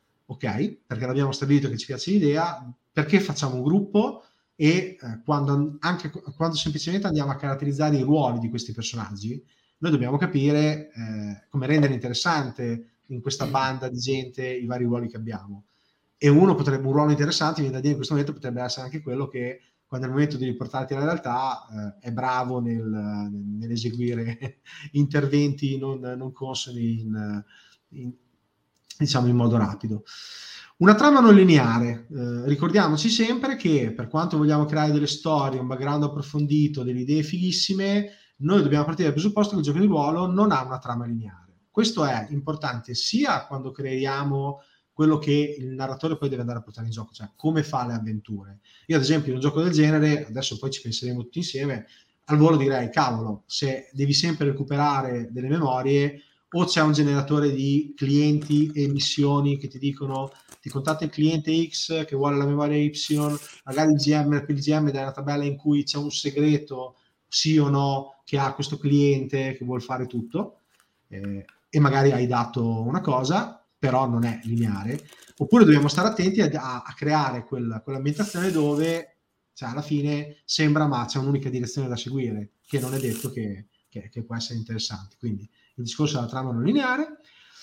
Speaker 2: Ok? Perché l'abbiamo stabilito che ci piace l'idea, perché facciamo un gruppo e eh, quando, anche quando semplicemente andiamo a caratterizzare i ruoli di questi personaggi, noi dobbiamo capire eh, come rendere interessante in questa banda di gente i vari ruoli che abbiamo. E uno potrebbe, un ruolo interessante, viene da dire in questo momento, potrebbe essere anche quello che quando è il momento di riportarti alla realtà eh, è bravo nel, nell'eseguire interventi non, non consoni in, in, diciamo in modo rapido. Una trama non lineare, eh, ricordiamoci sempre che per quanto vogliamo creare delle storie, un background approfondito, delle idee fighissime, noi dobbiamo partire dal presupposto che il gioco di ruolo non ha una trama lineare. Questo è importante sia quando creiamo quello che il narratore poi deve andare a portare in gioco, cioè come fa le avventure. Io ad esempio in un gioco del genere, adesso poi ci penseremo tutti insieme, al volo direi, cavolo, se devi sempre recuperare delle memorie, o c'è un generatore di clienti e missioni che ti dicono, ti contatta il cliente X che vuole la memoria Y, magari il G M, il G M dà una tabella in cui c'è un segreto, sì o no, che ha questo cliente che vuole fare tutto, eh, e magari hai dato una cosa, però non è lineare, oppure dobbiamo stare attenti a, a creare quel, quell'ambientazione dove cioè, alla fine sembra ma c'è un'unica direzione da seguire, che non è detto che, che, che può essere interessante. Quindi il discorso della trama non lineare.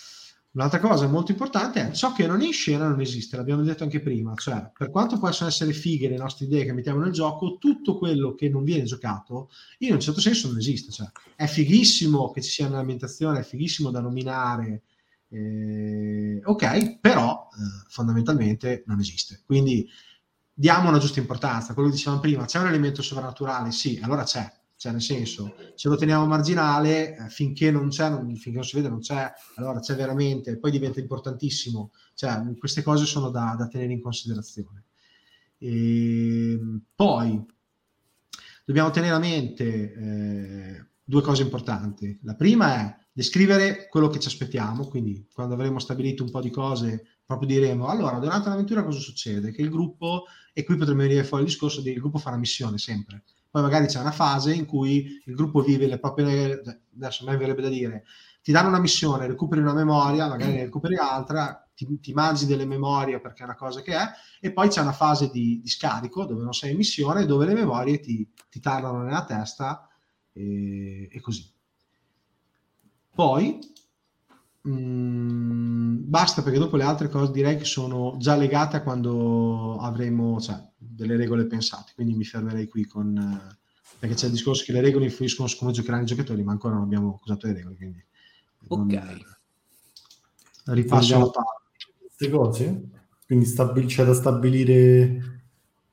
Speaker 2: Un'altra cosa molto importante è ciò che non è in scena non esiste, l'abbiamo detto anche prima, cioè per quanto possono essere fighe le nostre idee che mettiamo nel gioco, tutto quello che non viene giocato in un certo senso non esiste, cioè è fighissimo che ci sia un'ambientazione, è fighissimo da nominare, eh, ok, però eh, fondamentalmente non esiste, quindi diamo una giusta importanza. Quello che dicevamo prima, c'è un elemento sovrannaturale? Sì, allora c'è. Cioè, nel senso, se lo teniamo marginale, eh, finché non c'è, non, finché non si vede, non c'è, allora c'è veramente, poi diventa importantissimo. Cioè, queste cose sono da, da tenere in considerazione. E poi dobbiamo tenere a mente eh, due cose importanti. La prima è descrivere quello che ci aspettiamo, quindi quando avremo stabilito un po' di cose, proprio diremo, allora, durante l'avventura cosa succede? Che il gruppo, e qui potremmo venire fuori il discorso di il gruppo fa una missione sempre. Poi magari c'è una fase in cui il gruppo vive le proprie, adesso a me verrebbe da dire, ti danno una missione, recuperi una memoria, magari ne recuperi altra, ti, ti mangi delle memorie perché è una cosa che è, e poi c'è una fase di, di scarico dove non sei in missione, dove le memorie ti, ti tardano nella testa e, e così. Poi mh, basta, perché dopo le altre cose direi che sono già legate a quando avremo, cioè, delle regole pensate, quindi mi fermerei qui con eh, perché c'è il discorso che le regole influiscono su come giocheranno i giocatori, ma ancora non abbiamo usato le regole, quindi
Speaker 5: ok
Speaker 2: non, ripasso la palla.
Speaker 6: Queste cose, quindi stabil- c'è da stabilire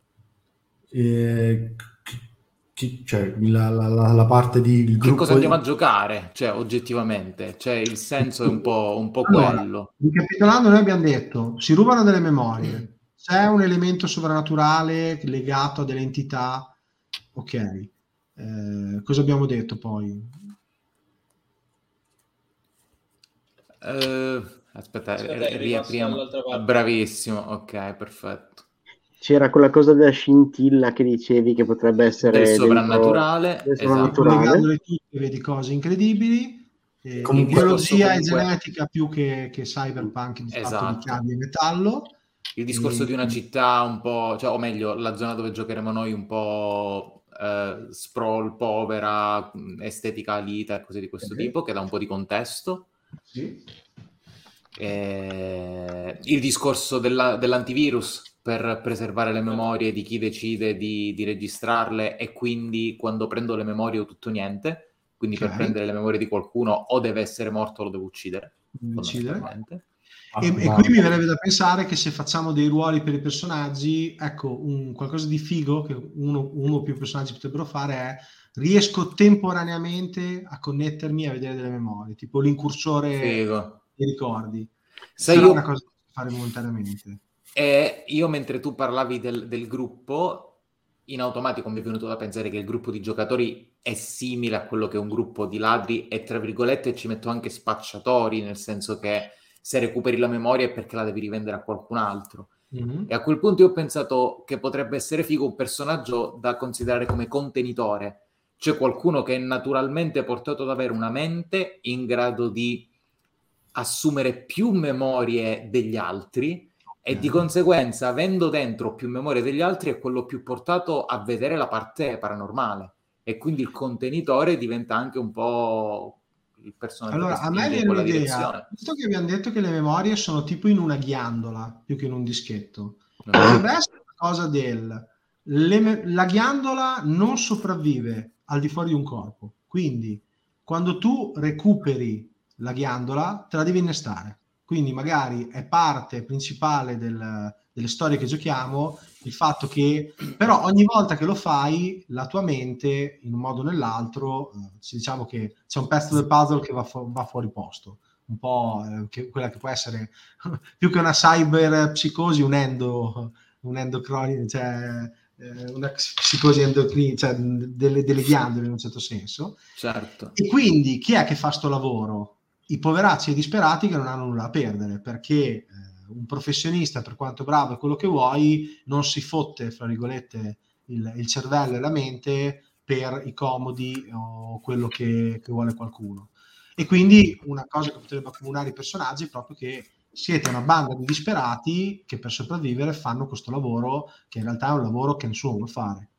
Speaker 6: eh, chi, cioè la, la, la, la parte di il
Speaker 5: che
Speaker 6: gruppo
Speaker 5: cosa andiamo
Speaker 6: di...
Speaker 5: a giocare, cioè oggettivamente, cioè il senso è un po', un po'
Speaker 2: Allora,
Speaker 5: quello.
Speaker 2: ricapitolando, noi abbiamo detto si rubano delle memorie, c'è un elemento sovrannaturale legato a delle entità, ok, eh, cosa abbiamo detto poi?
Speaker 5: Eh, aspetta,
Speaker 4: Aspetta,
Speaker 5: ri- riapriamo.
Speaker 4: dall'altra parte.
Speaker 5: Bravissimo, ok, perfetto.
Speaker 3: C'era quella cosa della scintilla che dicevi che potrebbe essere
Speaker 5: Del
Speaker 3: dentro-
Speaker 5: sovrannaturale,
Speaker 3: del
Speaker 5: esatto.
Speaker 3: sovrannaturale.
Speaker 2: Collegandole tutte vedi cose incredibili, eh,
Speaker 6: Comunque-
Speaker 2: e biologia
Speaker 5: comunque-
Speaker 2: e genetica più che, che cyberpunk di fatto
Speaker 5: Esatto.
Speaker 2: di chiavi e metallo.
Speaker 5: Il discorso
Speaker 2: E-
Speaker 5: di una città un po', cioè, o meglio, la zona dove giocheremo noi un po' eh, sprawl, povera, mh, estetica alita e cose di questo
Speaker 2: Ok.
Speaker 5: tipo, che dà un po' di contesto.
Speaker 2: Sì.
Speaker 5: Eh, il discorso della- dell'antivirus per preservare le memorie di chi decide di, di registrarle e quindi quando prendo le memorie ho tutto niente, quindi
Speaker 2: Ok.
Speaker 5: per prendere le memorie di qualcuno o deve essere morto o lo devo uccidere,
Speaker 2: Devi uccidere.
Speaker 5: fondamentalmente.
Speaker 2: E, e qui mi verrebbe da pensare che se facciamo dei ruoli per i personaggi, ecco, un, qualcosa di figo che uno, uno o più personaggi potrebbero fare è riesco temporaneamente a connettermi a vedere delle memorie, tipo l'incursore
Speaker 5: Figo.
Speaker 2: dei ricordi.
Speaker 5: Sai,
Speaker 2: Sarà
Speaker 5: io-
Speaker 2: una cosa da fare momentaneamente.
Speaker 5: E io mentre tu parlavi del, del gruppo, in automatico mi è venuto da pensare che il gruppo di giocatori è simile a quello che è un gruppo di ladri e tra virgolette ci metto anche spacciatori, nel senso che se recuperi la memoria è perché la devi rivendere a qualcun altro.
Speaker 2: Mhm.
Speaker 5: E a quel punto io ho pensato che potrebbe essere figo un personaggio da considerare come contenitore, cioè qualcuno che è naturalmente portato ad avere una mente in grado di assumere più memorie degli altri e
Speaker 2: Ok.
Speaker 5: di conseguenza, avendo dentro più memorie degli altri, è quello più portato a vedere la parte paranormale e quindi il contenitore diventa anche un po' il personaggio
Speaker 2: Allora,
Speaker 5: che
Speaker 2: a me
Speaker 5: spinge in
Speaker 2: viene
Speaker 5: quella
Speaker 2: un'idea,
Speaker 5: direzione.
Speaker 2: visto che abbiamo detto che le memorie sono tipo in una ghiandola più che in un dischetto,
Speaker 5: No?
Speaker 2: potrebbe essere una cosa del le me- la ghiandola non sopravvive al di fuori di un corpo, quindi quando tu recuperi la ghiandola te la devi innestare, quindi magari è parte principale del- delle storie che giochiamo il fatto che però ogni volta che lo fai la tua mente in un modo o nell'altro eh, diciamo che c'è un pezzo del puzzle che va, fu- va fuori posto, un po' eh, che, quella che può essere più che una cyber psicosi un endo un endocroni, cioè eh, una psicosi endocrina, cioè delle, delle ghiandole in un certo senso.
Speaker 5: Certo.
Speaker 2: E quindi chi è che fa sto lavoro? I poveracci e i disperati che non hanno nulla da perdere, perché eh, un professionista, per quanto bravo e quello che vuoi, non si fotte, fra virgolette, il, il cervello e la mente per i comodi o quello che, che vuole qualcuno. E quindi una cosa che potrebbe accomunare i personaggi è proprio che siete una banda di disperati che per sopravvivere fanno questo lavoro che in realtà è un lavoro che nessuno vuole fare.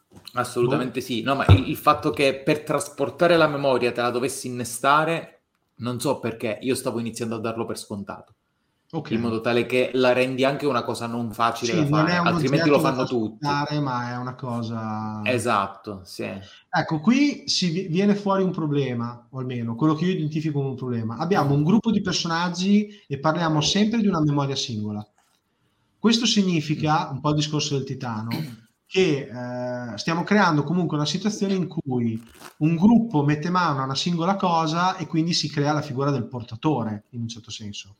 Speaker 5: Assolutamente sì. No, ma il, il fatto che per trasportare la memoria te la dovessi innestare Non so perché, io stavo iniziando a darlo per scontato.
Speaker 2: Ok.
Speaker 5: In modo tale che la rendi anche una cosa non facile
Speaker 2: Sì,
Speaker 5: da
Speaker 2: non
Speaker 5: fare,
Speaker 2: è un
Speaker 5: altrimenti lo
Speaker 2: oggetto da
Speaker 5: fanno tutti.
Speaker 2: trasportare, ma è una cosa...
Speaker 5: Esatto, sì.
Speaker 2: Ecco, qui si vi- viene fuori un problema, o almeno quello che io identifico come un problema. Abbiamo un gruppo di personaggi e parliamo sempre di una memoria singola. Questo significa, un po' il discorso del Titano, che eh, stiamo creando comunque una situazione in cui un gruppo mette mano a una singola cosa e quindi si crea la figura del portatore, in un certo senso.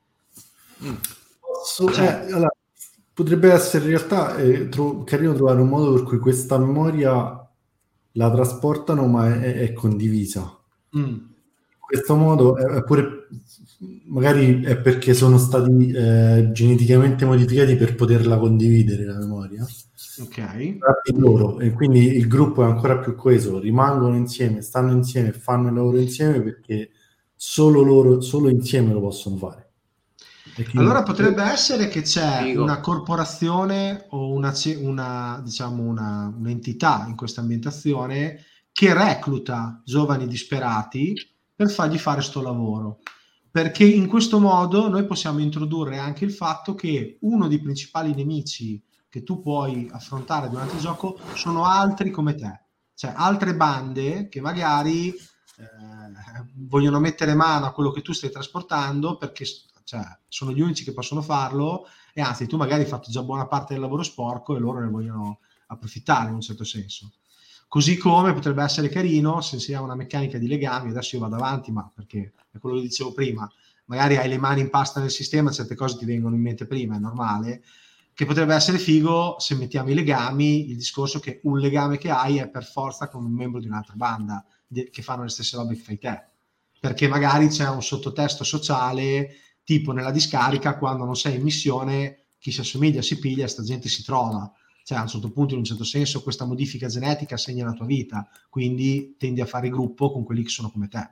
Speaker 5: Mm.
Speaker 6: Posso-
Speaker 2: Cioè-
Speaker 6: eh, allora, potrebbe essere in realtà eh, tro- carino trovare un modo per cui questa memoria la trasportano ma è, è condivisa.
Speaker 2: Mm,
Speaker 6: In questo modo è, è pure magari è perché sono stati eh, geneticamente modificati per poterla condividere la memoria
Speaker 2: ok.
Speaker 6: tra di loro, e quindi il gruppo è ancora più coeso, rimangono insieme, stanno insieme, fanno il lavoro insieme perché solo loro, solo insieme lo possono fare. E quindi-
Speaker 2: Allora potrebbe essere che c'è
Speaker 5: Figo.
Speaker 2: una corporazione o una, ce- una, diciamo una, un'entità in questa ambientazione che recluta giovani disperati per fargli fare sto lavoro. Perché in questo modo noi possiamo introdurre anche il fatto che uno dei principali nemici che tu puoi affrontare durante il gioco sono altri come te, cioè altre bande che magari eh, vogliono mettere mano a quello che tu stai trasportando perché cioè, sono gli unici che possono farlo e anzi tu magari hai fatto già buona parte del lavoro sporco e loro ne vogliono approfittare in un certo senso. Così come potrebbe essere carino se si ha una meccanica di legami, adesso io vado avanti ma perché è quello che dicevo prima, magari hai le mani in pasta nel sistema, certe cose ti vengono in mente prima, è normale, che potrebbe essere figo se mettiamo i legami, il discorso che un legame che hai è per forza con un membro di un'altra banda de- che fanno le stesse robe che fai te, perché magari c'è un sottotesto sociale tipo nella discarica quando non sei in missione chi si assomiglia si piglia e sta gente si trova, cioè a un certo punto in un certo senso questa modifica genetica segna la tua vita, quindi tendi a fare gruppo con quelli che sono come te.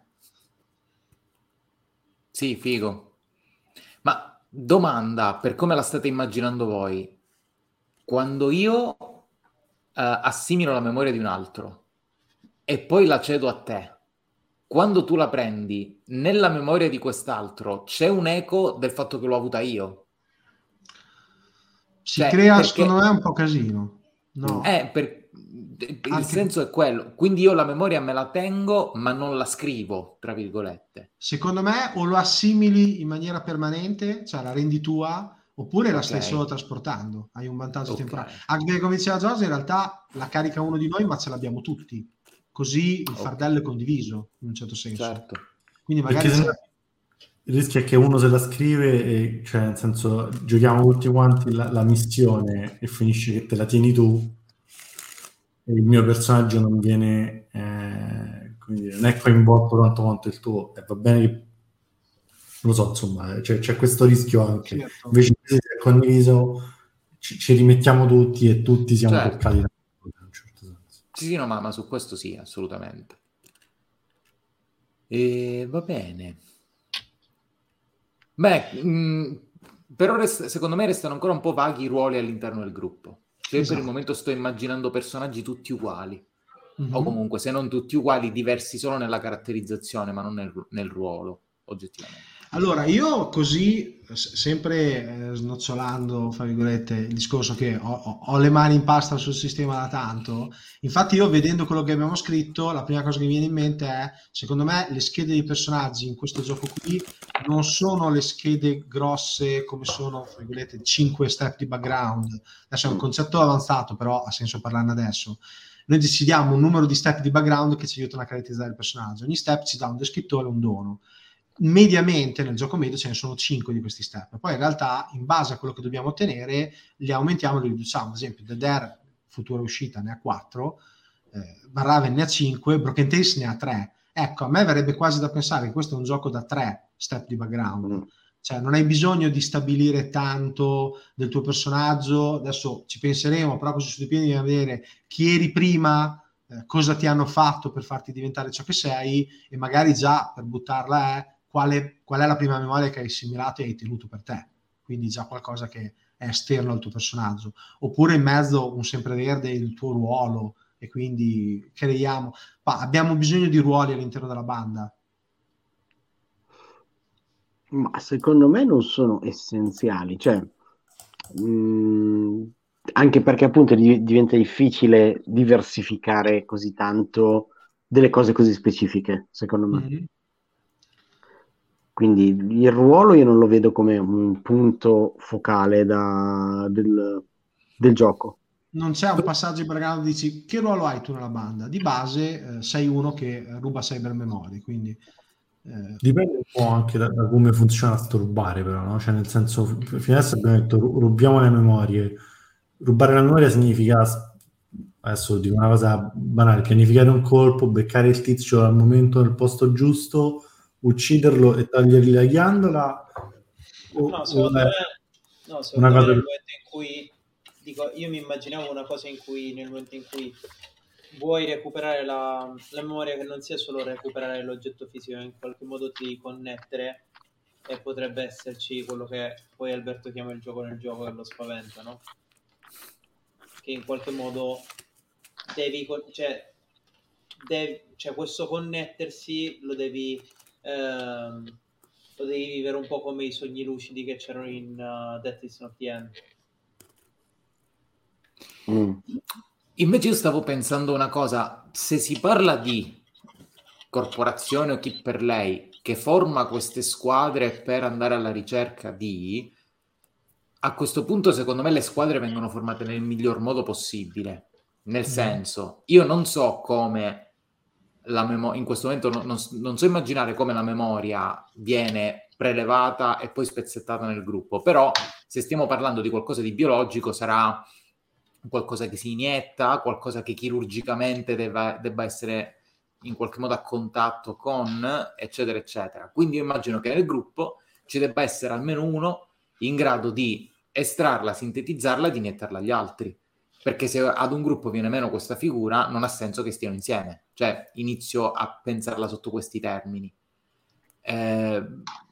Speaker 5: Sì, figo. Ma domanda, per come la state immaginando voi, quando io eh, assimilo la memoria di un altro e poi la cedo a te, quando tu la prendi, nella memoria di quest'altro c'è un eco del fatto che l'ho avuta io?
Speaker 2: Si
Speaker 5: Cioè,
Speaker 2: crea
Speaker 5: perché-
Speaker 2: secondo me un po' casino, no?
Speaker 5: Eh, per- il
Speaker 2: Anche-
Speaker 5: senso è quello. Quindi io la memoria me la tengo, ma non la scrivo, tra virgolette.
Speaker 2: Secondo me o lo assimili in maniera permanente, cioè la rendi tua, oppure la
Speaker 5: Ok.
Speaker 2: stai solo trasportando, hai un vantaggio
Speaker 5: Ok.
Speaker 2: temporale. Anche perché come diceva Giorgio, in realtà la carica uno di noi, ma ce l'abbiamo tutti. Così il
Speaker 5: Ok.
Speaker 2: fardello è condiviso, in un certo senso.
Speaker 5: Certo.
Speaker 2: Quindi magari
Speaker 6: Perché se
Speaker 2: c'è...
Speaker 6: no il rischio è che uno se la scrive e, cioè, nel senso, giochiamo tutti quanti la, la missione e finisce che te la tieni tu e il mio personaggio non viene, eh, come dire, non è coinvolto tanto quanto il tuo, e va bene che, non lo so, insomma, cioè, c'è questo rischio anche.
Speaker 2: Certo.
Speaker 6: Invece se è condiviso, ci, ci rimettiamo tutti e tutti siamo
Speaker 5: Certo.
Speaker 6: toccati da in un certo senso.
Speaker 5: Sì, sì, no, ma, ma su questo sì, assolutamente. E va bene. Beh, mh, però rest- secondo me restano ancora un po' vaghi i ruoli all'interno del gruppo. Cioè, io
Speaker 2: Esatto.
Speaker 5: per il momento sto immaginando personaggi tutti uguali.
Speaker 2: Mhm.
Speaker 5: O comunque, se non tutti uguali, diversi solo nella caratterizzazione, ma non nel, nel ruolo, oggettivamente.
Speaker 2: Allora, io così, s- sempre eh, snocciolando, fra virgolette, il discorso che ho, ho- ho le mani in pasta sul sistema da tanto, infatti io vedendo quello che abbiamo scritto, la prima cosa che mi viene in mente è, secondo me, le schede dei personaggi in questo gioco qui non sono le schede grosse come sono, fra virgolette, cinque step di background. Adesso è un concetto avanzato, però ha senso parlarne adesso. Noi decidiamo un numero di step di background che ci aiutano a caratterizzare il personaggio. Ogni step ci dà un descrittore e un dono. Mediamente nel gioco medio ce ne sono cinque di questi step, poi in realtà in base a quello che dobbiamo ottenere li aumentiamo e li riduciamo. Ad esempio The Dare, futura uscita, ne ha quattro, eh, Barraven ne ha cinque, Broken Tales ne ha tre. Ecco, a me verrebbe quasi da pensare che questo è un gioco da tre step di background,
Speaker 3: Mm.
Speaker 2: cioè non hai bisogno di stabilire tanto del tuo personaggio. Adesso ci penseremo, però così su due piedi devi vedere chi eri prima, eh, cosa ti hanno fatto per farti diventare ciò che sei, e magari già per buttarla è quale, qual è la prima memoria che hai assimilato e hai tenuto per te, quindi già qualcosa che è esterno al tuo personaggio, oppure in mezzo un sempreverde il tuo ruolo, e quindi creiamo, ma abbiamo bisogno di ruoli all'interno della banda.
Speaker 3: Ma secondo me non sono essenziali, cioè, mh, anche perché appunto di- diventa difficile diversificare così tanto delle cose così specifiche, secondo me.
Speaker 2: Mhm.
Speaker 3: Quindi il ruolo io non lo vedo come un punto focale da- del, del gioco.
Speaker 2: Non c'è un passaggio in grado dici che ruolo hai tu nella banda? Di base eh, sei uno che ruba cybermemorie, quindi eh,
Speaker 6: Dipende un po' anche da, da come funziona sto rubare, però, no? Cioè, nel senso, f- fino adesso abbiamo detto ru- rubiamo le memorie. Rubare la memoria significa, adesso dico una cosa banale, pianificare un colpo, beccare il tizio al momento nel posto giusto, ucciderlo e togliergli la ghiandola, o,
Speaker 4: No,
Speaker 6: o
Speaker 4: secondo
Speaker 6: è
Speaker 4: me, no,
Speaker 6: una
Speaker 4: secondo me
Speaker 6: cosa
Speaker 4: nel
Speaker 6: che...
Speaker 4: momento in cui dico, io mi immaginavo una cosa in cui nel momento in cui vuoi recuperare la, la memoria, che non sia solo recuperare l'oggetto fisico, in qualche modo ti connettere, e potrebbe esserci quello che poi Alberto chiama il gioco nel gioco, che lo spaventa, no? Che in qualche modo devi, con- cioè, devi, cioè questo connettersi lo devi, ehm, lo devi vivere un po' come i sogni lucidi che c'erano in uh, Death is Not the End.
Speaker 3: Mm.
Speaker 5: Invece io stavo pensando una cosa, se si parla di corporazione o chi per lei che forma queste squadre per andare alla ricerca di, a questo punto secondo me le squadre vengono formate nel miglior modo possibile, nel senso, io non so come la memoria, in questo momento non, non, non so immaginare come la memoria viene prelevata e poi spezzettata nel gruppo, però se stiamo parlando di qualcosa di biologico sarà qualcosa che si inietta, qualcosa che chirurgicamente debba, debba essere in qualche modo a contatto con, eccetera, eccetera. Quindi io immagino che nel gruppo ci debba essere almeno uno in grado di estrarla, sintetizzarla e di iniettarla agli altri. Perché se ad un gruppo viene meno questa figura, non ha senso che stiano insieme. Cioè, inizio a pensarla sotto questi termini. Eh,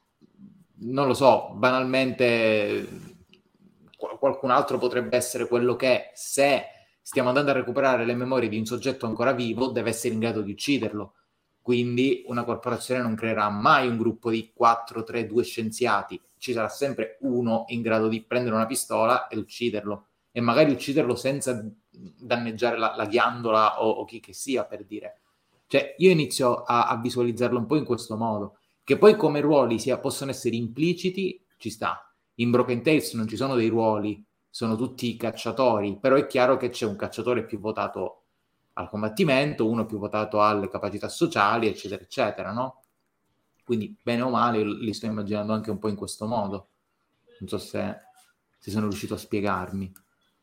Speaker 5: non lo so, banalmente qualcun altro potrebbe essere quello che, se stiamo andando a recuperare le memorie di un soggetto ancora vivo, deve essere in grado di ucciderlo. Quindi una corporazione non creerà mai un gruppo di quattro, tre, due scienziati. Ci sarà sempre uno in grado di prendere una pistola ed ucciderlo. E magari ucciderlo senza danneggiare la, la ghiandola o, o chi che sia, per dire. Cioè, io inizio a, a visualizzarlo un po' in questo modo. Che poi come ruoli sia, possono essere impliciti, ci sta. In Broken Tales non ci sono dei ruoli, sono tutti cacciatori, però è chiaro che c'è un cacciatore più votato al combattimento, uno più votato alle capacità sociali, eccetera, eccetera, no? Quindi, bene o male, li sto immaginando anche un po' in questo modo. Non so se, se sono riuscito a spiegarmi.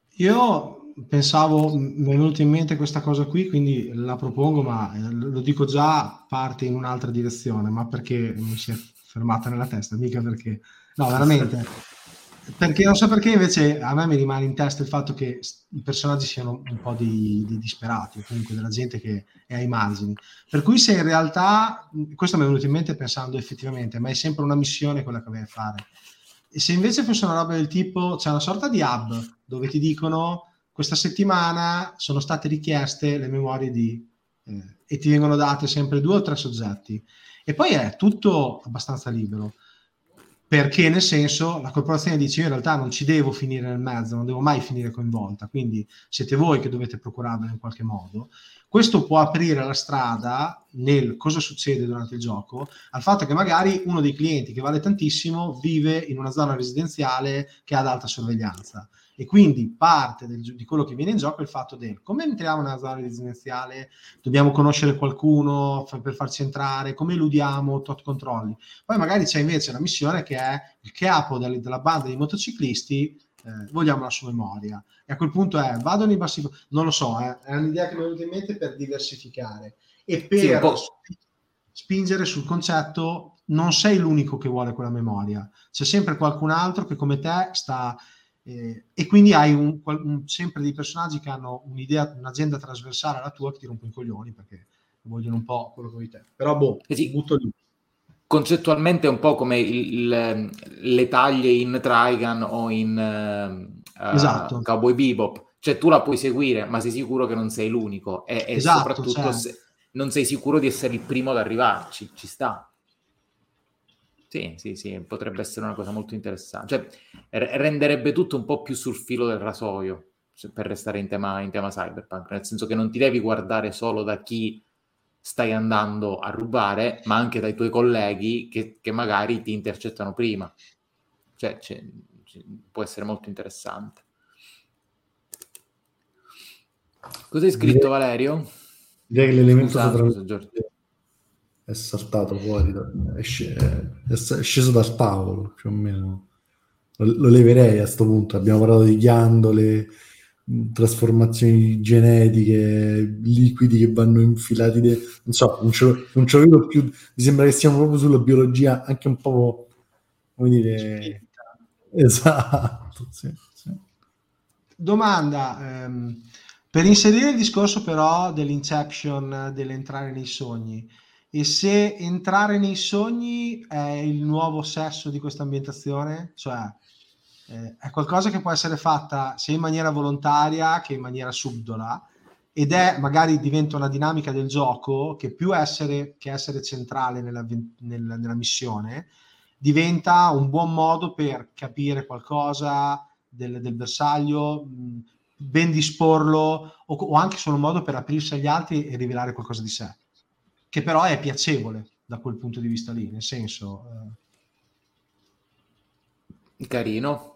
Speaker 2: Io pensavo, mi è venuta in mente questa cosa qui, quindi la propongo, ma eh, lo dico già, parte in un'altra direzione, ma perché mi si è fermata nella testa, mica perché... No, veramente. Perché non so perché invece a me mi rimane in testa il fatto che i personaggi siano un po' di, di disperati, o comunque della gente che è ai margini. Per cui se in realtà, questo mi è venuto in mente pensando effettivamente, ma è sempre una missione quella che vai a fare. E se invece fosse una roba del tipo, c'è una sorta di hub dove ti dicono questa settimana sono state richieste le memorie di... Eh, e ti vengono date sempre due o tre soggetti. E poi è tutto abbastanza libero. Perché nel senso la corporazione dice io in realtà non ci devo finire nel mezzo, non devo mai finire coinvolta, quindi siete voi che dovete procurarvelo in qualche modo. Questo può aprire la strada nel cosa succede durante il gioco al fatto che magari uno dei clienti che vale tantissimo vive in una zona residenziale che ha ad alta sorveglianza e quindi parte del, di quello che viene in gioco è il fatto del come entriamo nella zona residenziale, dobbiamo conoscere qualcuno per farci entrare, come eludiamo tot controlli. Poi magari c'è invece la missione che è il capo del, della banda di motociclisti, eh, vogliamo la sua memoria. E a quel punto è, vado nei bassi... Non lo so, eh, è un'idea che mi è venuta in mente per diversificare e per
Speaker 5: Sì, un po'.
Speaker 2: spingere sul concetto non sei l'unico che vuole quella memoria, c'è sempre qualcun altro che come te sta... Eh, e quindi hai un, un, sempre dei personaggi che hanno un'idea, un'agenda trasversale alla tua che ti rompe i coglioni perché vogliono un po' quello che vuoi te. Però boh,
Speaker 5: Eh sì.
Speaker 2: butto lì.
Speaker 5: Concettualmente è un po' come il, il, le taglie in Trigun o in uh,
Speaker 2: Esatto.
Speaker 5: Cowboy Bebop, cioè tu la puoi seguire ma sei sicuro che non sei l'unico e, e
Speaker 2: Esatto,
Speaker 5: soprattutto
Speaker 2: cioè...
Speaker 5: se non sei sicuro di essere il primo ad arrivarci, ci sta. Sì, sì, sì, potrebbe essere una cosa molto interessante. Cioè, r- renderebbe tutto un po' più sul filo del rasoio, cioè, per restare in tema, in tema cyberpunk, nel senso che non ti devi guardare solo da chi stai andando a rubare, ma anche dai tuoi colleghi che, che magari ti intercettano prima. Cioè, c'è, c'è, può essere molto interessante. Cosa hai scritto,
Speaker 6: Direi,
Speaker 5: Valerio?
Speaker 6: direi che l'elemento
Speaker 5: Scusa,
Speaker 6: sopra
Speaker 5: scusa, Giorgio.
Speaker 6: è saltato fuori, da- è, sc- è s- è sceso dal tavolo, più o meno. Lo, lo leverei a sto punto. Abbiamo parlato di ghiandole, mh, trasformazioni genetiche, liquidi che vanno infilati, de- non so, non ce, l'ho- non ce lo vedo più. Mi sembra che siamo proprio sulla biologia, anche un po', come dire, esatto, sì, sì.
Speaker 2: Domanda, ehm, per inserire il discorso però dell'inception, dell'entrare nei sogni, e se entrare nei sogni è il nuovo sesso di questa ambientazione, cioè eh, è qualcosa che può essere fatta sia in maniera volontaria che in maniera subdola, ed è magari diventa una dinamica del gioco che più essere, che essere centrale nella, nella, nella missione, diventa un buon modo per capire qualcosa del, del bersaglio, mh, ben disporlo, o, o anche solo un modo per aprirsi agli altri e rivelare qualcosa di sé, che però è piacevole da quel punto di vista lì, nel senso...
Speaker 5: Eh... Carino.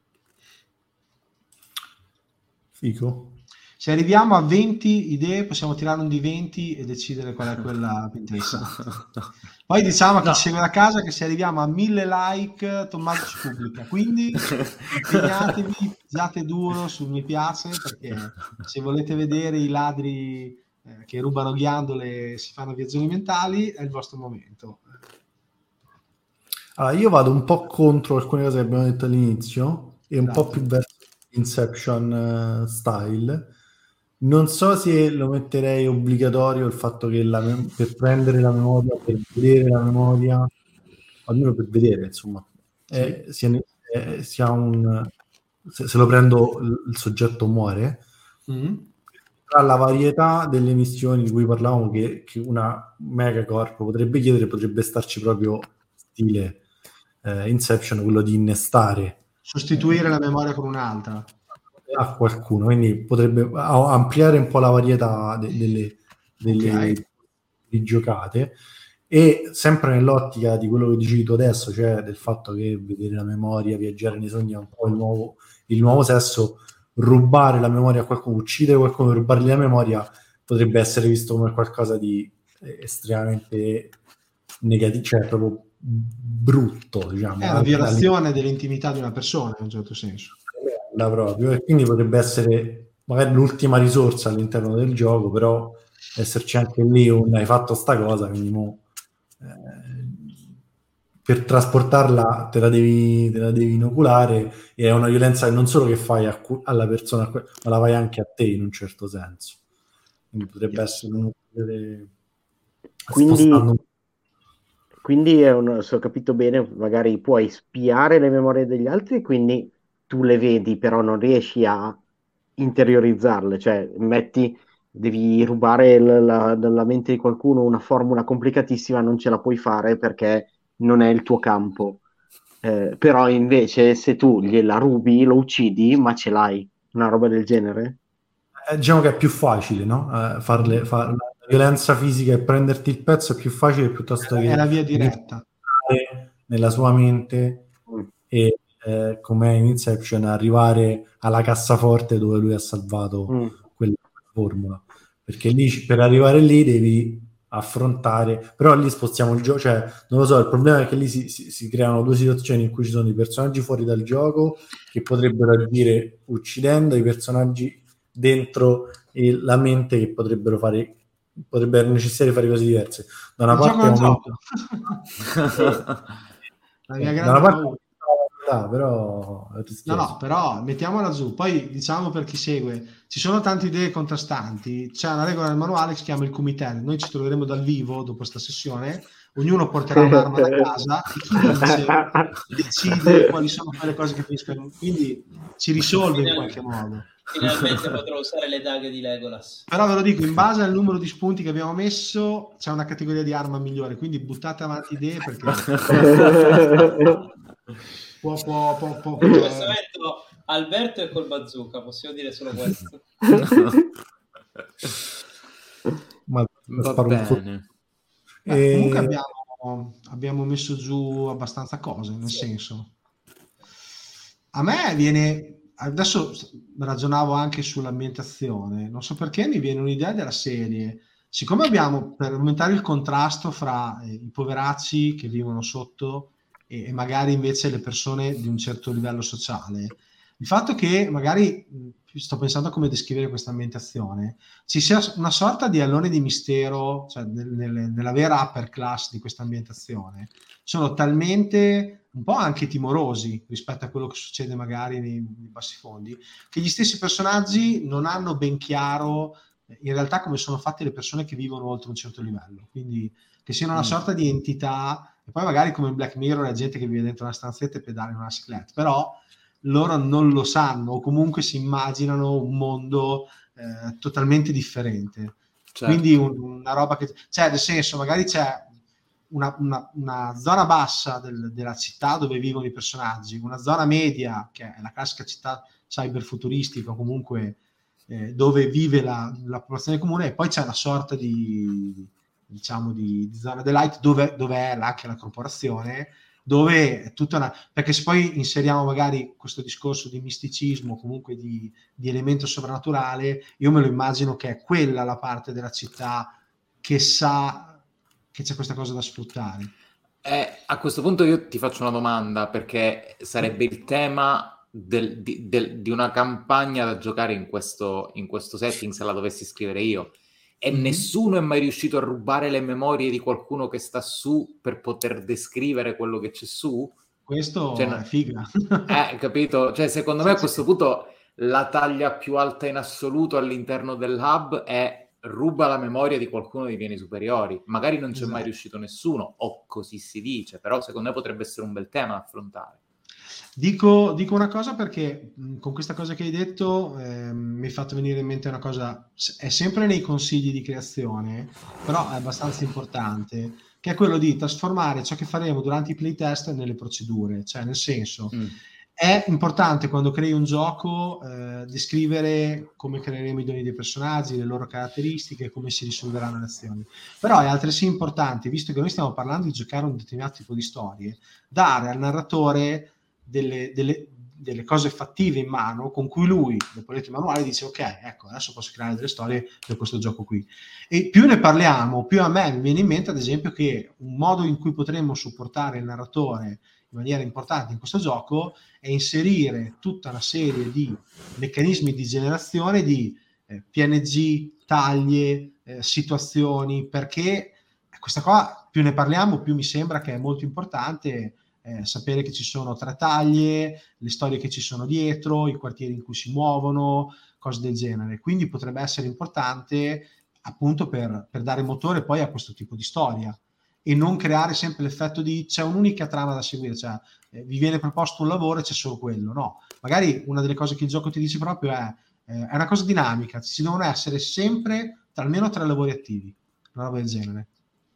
Speaker 6: Fico.
Speaker 2: Se arriviamo a venti idee, possiamo tirare un di venti e decidere qual è quella più interessante. Poi diciamo a chi
Speaker 5: No.
Speaker 2: ci segue da casa che se arriviamo a mille like, Tommaso ci pubblica. Quindi impegnatevi, pigiate duro sul mi piace, perché se volete vedere i ladri eh, che rubano ghiandole e si fanno viaggioni mentali, è il vostro momento.
Speaker 6: Allora, io vado un po' contro alcune cose che abbiamo detto all'inizio e un
Speaker 2: Esatto.
Speaker 6: po' più verso Inception uh, style. Non so se lo metterei obbligatorio il fatto che la mem- per prendere la memoria, per vedere la memoria, almeno per vedere, insomma,
Speaker 2: Sì.
Speaker 6: eh, sia, eh, sia un... Se, se lo prendo il, il soggetto muore.
Speaker 2: Mm-hmm.
Speaker 6: Tra la varietà delle missioni di cui parlavamo che, che una megacorp potrebbe chiedere, potrebbe starci proprio stile eh, Inception, quello di innestare,
Speaker 2: sostituire
Speaker 6: eh,
Speaker 2: la memoria con un'altra
Speaker 6: a qualcuno, quindi potrebbe ampliare un po' la varietà de- delle, delle
Speaker 2: okay.
Speaker 6: di giocate, e sempre nell'ottica di quello che dicevi tu adesso, cioè del fatto che vedere la memoria, viaggiare nei sogni è un po' il nuovo, il nuovo sesso. Rubare la memoria a qualcuno, uccidere qualcuno per rubargli la memoria potrebbe essere visto come qualcosa di estremamente negativo, cioè proprio brutto, diciamo.
Speaker 2: È una violazione dell'intimità di una persona in un certo senso.
Speaker 6: Proprio, e quindi potrebbe essere magari l'ultima risorsa all'interno del gioco, però esserci anche lì un hai fatto sta cosa, quindi mo, eh, per trasportarla te la, devi, te la devi inoculare, e è una violenza che non solo che fai a, alla persona, ma la fai anche a te in un certo senso. Quindi potrebbe yes. essere un...
Speaker 3: Quindi, quindi è un, se ho capito bene, magari puoi spiare le memorie degli altri, quindi tu le vedi, però non riesci a interiorizzarle, cioè metti, devi rubare la, la, dalla mente di qualcuno una formula complicatissima, non ce la puoi fare perché non è il tuo campo. Eh, però invece se tu gliela rubi, lo uccidi, ma ce l'hai, una roba del genere?
Speaker 6: Eh, diciamo che è più facile, no? Eh, farle, far, la violenza fisica e prenderti il pezzo è più facile piuttosto
Speaker 2: è
Speaker 6: che...
Speaker 2: È la via diretta.
Speaker 6: Nella sua mente mm. e eh, come in Inception arrivare alla cassaforte dove lui ha salvato mm. quella formula. Perché lì, per arrivare lì devi affrontare, però lì spostiamo il gioco, cioè non lo so, il problema è che lì si, si, si creano due situazioni in cui ci sono dei personaggi fuori dal gioco che potrebbero agire uccidendo, i personaggi dentro e la mente che potrebbero fare, potrebbe essere necessario fare cose diverse. Da una
Speaker 2: il
Speaker 6: parte è un momento...
Speaker 2: la mia
Speaker 6: da
Speaker 2: grande
Speaker 6: una parte
Speaker 2: paura.
Speaker 6: Ah, però
Speaker 2: no no però mettiamola giù, poi diciamo per chi segue, ci sono tante idee contrastanti, c'è una regola nel manuale che si chiama il Kumitel, noi ci troveremo dal vivo dopo questa sessione ognuno porterà un'arma da casa e chi vince decide quali sono quelle cose che finiscono, quindi ci risolve in qualche modo.
Speaker 4: Finalmente potrò usare le daghe di Legolas.
Speaker 2: Però ve lo dico, in base al numero di spunti che abbiamo messo c'è una categoria di arma migliore, quindi buttate avanti idee perché può, può, può, può,
Speaker 4: in questo momento Alberto è col bazooka, possiamo dire solo questo.
Speaker 6: Ma
Speaker 5: Va bene.
Speaker 2: Beh, comunque abbiamo, abbiamo messo giù abbastanza cose, nel sì. senso, a me viene, adesso ragionavo anche sull'ambientazione, non so perché mi viene un'idea della serie, siccome abbiamo, per aumentare il contrasto fra eh, i poveracci che vivono sotto e, e magari invece le persone di un certo livello sociale, il fatto che magari, sto pensando a come descrivere questa ambientazione, ci sia una sorta di alone di mistero, cioè nel, nel, nella vera upper class di questa ambientazione, sono talmente un po' anche timorosi rispetto a quello che succede magari nei, nei bassifondi, che gli stessi personaggi non hanno ben chiaro in realtà come sono fatte le persone che vivono oltre un certo livello, quindi che siano una mm. sorta di entità, e poi magari come in Black Mirror la gente che vive dentro una stanzetta e pedala in una cicletta, però loro non lo sanno o comunque si immaginano un mondo eh, totalmente differente. Certo. Quindi un, una roba che... Cioè, nel senso, magari c'è una, una, una zona bassa del, della città dove vivono i personaggi, una zona media, che è la classica città cyberfuturistica, o comunque eh, dove vive la, la popolazione comune, e poi c'è una sorta di, diciamo, di, di zona delight dove, dove è anche la corporazione, dove è tutta una... perché se poi inseriamo magari questo discorso di misticismo, comunque di, di elemento sovrannaturale, io me lo immagino che è quella la parte della città che sa che c'è questa cosa da sfruttare.
Speaker 5: Eh, a questo punto io ti faccio una domanda, perché sarebbe il tema del, di, del, di una campagna da giocare in questo, in questo setting, se la dovessi scrivere io. E mm-hmm. nessuno è mai riuscito a rubare le memorie di qualcuno che sta su per poter descrivere quello che c'è su?
Speaker 2: Questo
Speaker 5: cioè,
Speaker 2: è figa.
Speaker 5: Eh, capito? Cioè, secondo me a questo punto la taglia più alta in assoluto all'interno del hub è ruba la memoria di qualcuno dei piani superiori. Magari non c'è esatto. mai riuscito nessuno, o così si dice, però secondo me potrebbe essere un bel tema da affrontare.
Speaker 2: Dico, dico una cosa perché mh, con questa cosa che hai detto eh, mi hai fatto venire in mente una cosa, è sempre nei consigli di creazione, però è abbastanza importante, che è quello di trasformare ciò che faremo durante i playtest nelle procedure, cioè nel senso mm. è importante quando crei un gioco eh, descrivere come creeremo i doni dei personaggi, le loro caratteristiche, come si risolveranno le azioni, però è altresì importante, visto che noi stiamo parlando di giocare un determinato tipo di storie, dare al narratore Delle, delle, delle cose fattive in mano con cui lui, dopo letto i manuali, dice ok, ecco, adesso posso creare delle storie per questo gioco qui. E più ne parliamo, più a me mi viene in mente, ad esempio, che un modo in cui potremmo supportare il narratore in maniera importante in questo gioco è inserire tutta una serie di meccanismi di generazione di eh, P N G, taglie, eh, situazioni, perché questa qua, più ne parliamo, più mi sembra che è molto importante Eh, sapere che ci sono tre taglie, le storie che ci sono dietro, i quartieri in cui si muovono, cose del genere. Quindi potrebbe essere importante appunto per, per dare motore poi a questo tipo di storia e non creare sempre l'effetto di c'è un'unica trama da seguire, cioè eh, vi viene proposto un lavoro e c'è solo quello. No, magari una delle cose che il gioco ti dice proprio è eh, è una cosa dinamica, ci devono essere sempre almeno tre lavori attivi, una roba del genere.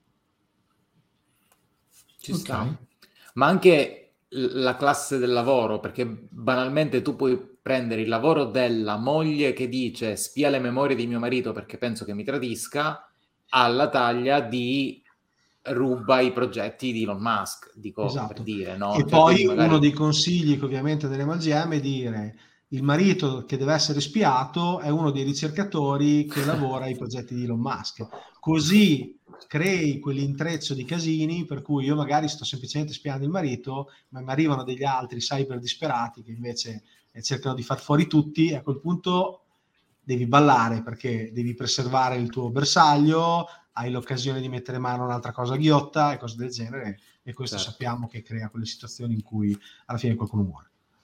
Speaker 5: Ci okay. sta. Ma anche la classe del lavoro, perché banalmente tu puoi prendere il lavoro della moglie che dice spia le memorie di mio marito perché penso che mi tradisca, alla taglia di ruba i progetti di Elon Musk, dico esatto. per dire, no?
Speaker 2: E
Speaker 5: cioè,
Speaker 2: poi
Speaker 5: magari... uno
Speaker 2: dei consigli che ovviamente daremo al G M è dire il marito che deve essere spiato è uno dei ricercatori che lavora ai progetti di Elon Musk, così crei quell'intreccio di casini per cui io magari sto semplicemente spiando il marito, ma mi arrivano degli altri cyber disperati che invece eh, cercano di far fuori tutti, e a quel punto devi ballare perché devi preservare il tuo bersaglio, hai l'occasione di mettere mano a un'altra cosa ghiotta e cose del genere, e questo certo. sappiamo che crea quelle situazioni in cui alla fine qualcuno muore.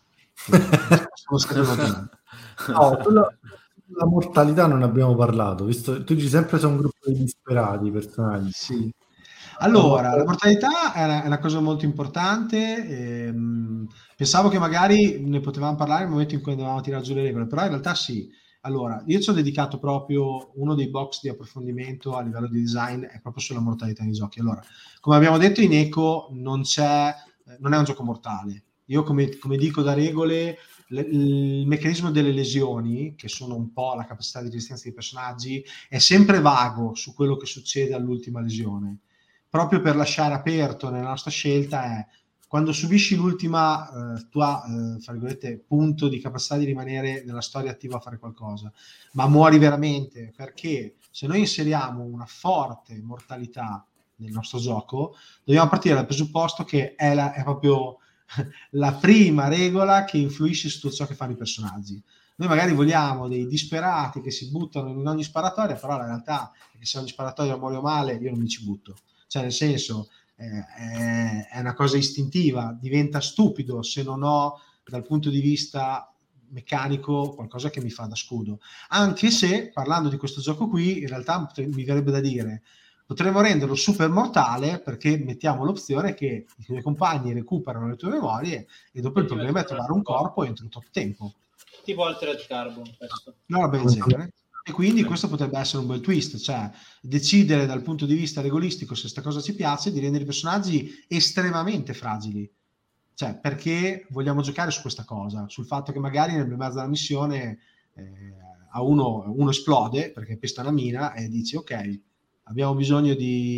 Speaker 6: No, quello... La mortalità non abbiamo parlato, visto tu dici sempre sono un gruppo di disperati personaggi.
Speaker 2: Sì. Allora, la mortalità è una, è una cosa molto importante. ehm, pensavo che magari ne potevamo parlare nel momento in cui andavamo a tirare giù le regole, però in realtà sì. Allora, io ci ho dedicato proprio uno dei box di approfondimento a livello di design, è proprio sulla mortalità nei giochi. Allora, come abbiamo detto in Eco, non c'è, eh, non è un gioco mortale. Io, come, come dico da regole, le- il meccanismo delle lesioni, che sono un po' la capacità di resistenza dei personaggi, è sempre vago su quello che succede all'ultima lesione, proprio per lasciare aperto nella nostra scelta è quando subisci l'ultima eh, tua eh, fra virgolette, punto di capacità di rimanere nella storia attiva a fare qualcosa, ma muori veramente, perché se noi inseriamo una forte mortalità nel nostro gioco, dobbiamo partire dal presupposto che è, la, è proprio la prima regola che influisce su tutto ciò che fanno i personaggi. Noi magari vogliamo dei disperati che si buttano in ogni sparatoria, però la realtà è che se ogni sparatoria muore male, io non mi ci butto. Cioè, nel senso, eh, è, è una cosa istintiva, diventa stupido se non ho, dal punto di vista meccanico, qualcosa che mi fa da scudo. Anche se, parlando di questo gioco qui, in realtà mi verrebbe da dire potremmo renderlo super mortale perché mettiamo l'opzione che i tuoi compagni recuperano le tue memorie e dopo
Speaker 4: E
Speaker 2: il
Speaker 4: ti
Speaker 2: problema è
Speaker 4: mettono
Speaker 2: trovare
Speaker 4: un
Speaker 2: un corpo entro un tot tempo.
Speaker 4: Tipo Altered Carbon, questo.
Speaker 2: Una roba del genere. E quindi questo potrebbe essere un bel twist, cioè decidere dal punto di vista regolistico se questa cosa ci piace, di rendere i personaggi estremamente fragili. Cioè, perché vogliamo giocare su questa cosa, sul fatto che magari nel mezzo della missione eh, a uno, uno esplode perché pesta una mina e dici ok, abbiamo bisogno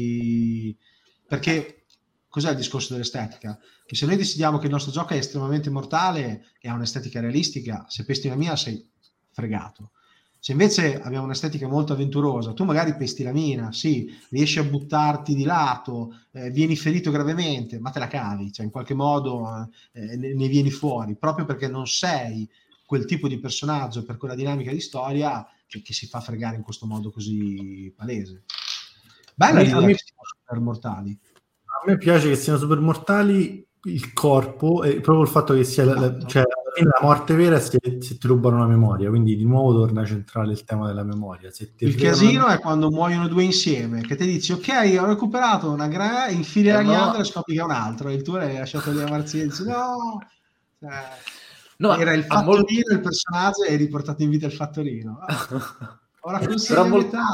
Speaker 2: di... perché cos'è il discorso dell'estetica? Che se noi decidiamo che il nostro gioco è estremamente mortale e ha un'estetica realistica, se pesti una mina sei fregato. Se invece abbiamo un'estetica molto avventurosa, tu magari pesti la mina, sì, riesci a buttarti di lato, eh, vieni ferito gravemente, ma te la cavi, cioè in qualche modo eh, ne, ne vieni fuori, proprio perché non sei quel tipo di personaggio per quella dinamica di storia che, che si fa fregare in questo modo così palese. Bella
Speaker 6: A me-
Speaker 2: l'idea
Speaker 6: a me-
Speaker 2: che siano super mortali.
Speaker 6: A me piace che siano super mortali il corpo e proprio il fatto che sia la, la- cioè, alla fine la morte vera è se, se ti rubano la memoria, quindi di nuovo torna centrale il tema della memoria. Se ti
Speaker 2: Il
Speaker 6: fregano la
Speaker 2: casino
Speaker 6: memoria,
Speaker 2: è quando muoiono due insieme, che ti dici ok, ho recuperato una gra, infili
Speaker 5: Eh,
Speaker 2: la
Speaker 5: ma-
Speaker 2: ghiandola e scopri che è un altro, e il tuo l'hai lasciato lì a Marzia e dici no, cioè,
Speaker 5: No,
Speaker 2: era il
Speaker 5: ha molto...
Speaker 2: fattorino il personaggio e hai riportato in vita il fattorino. Ah, ora
Speaker 5: Però
Speaker 2: consegna
Speaker 5: mol-
Speaker 2: metà.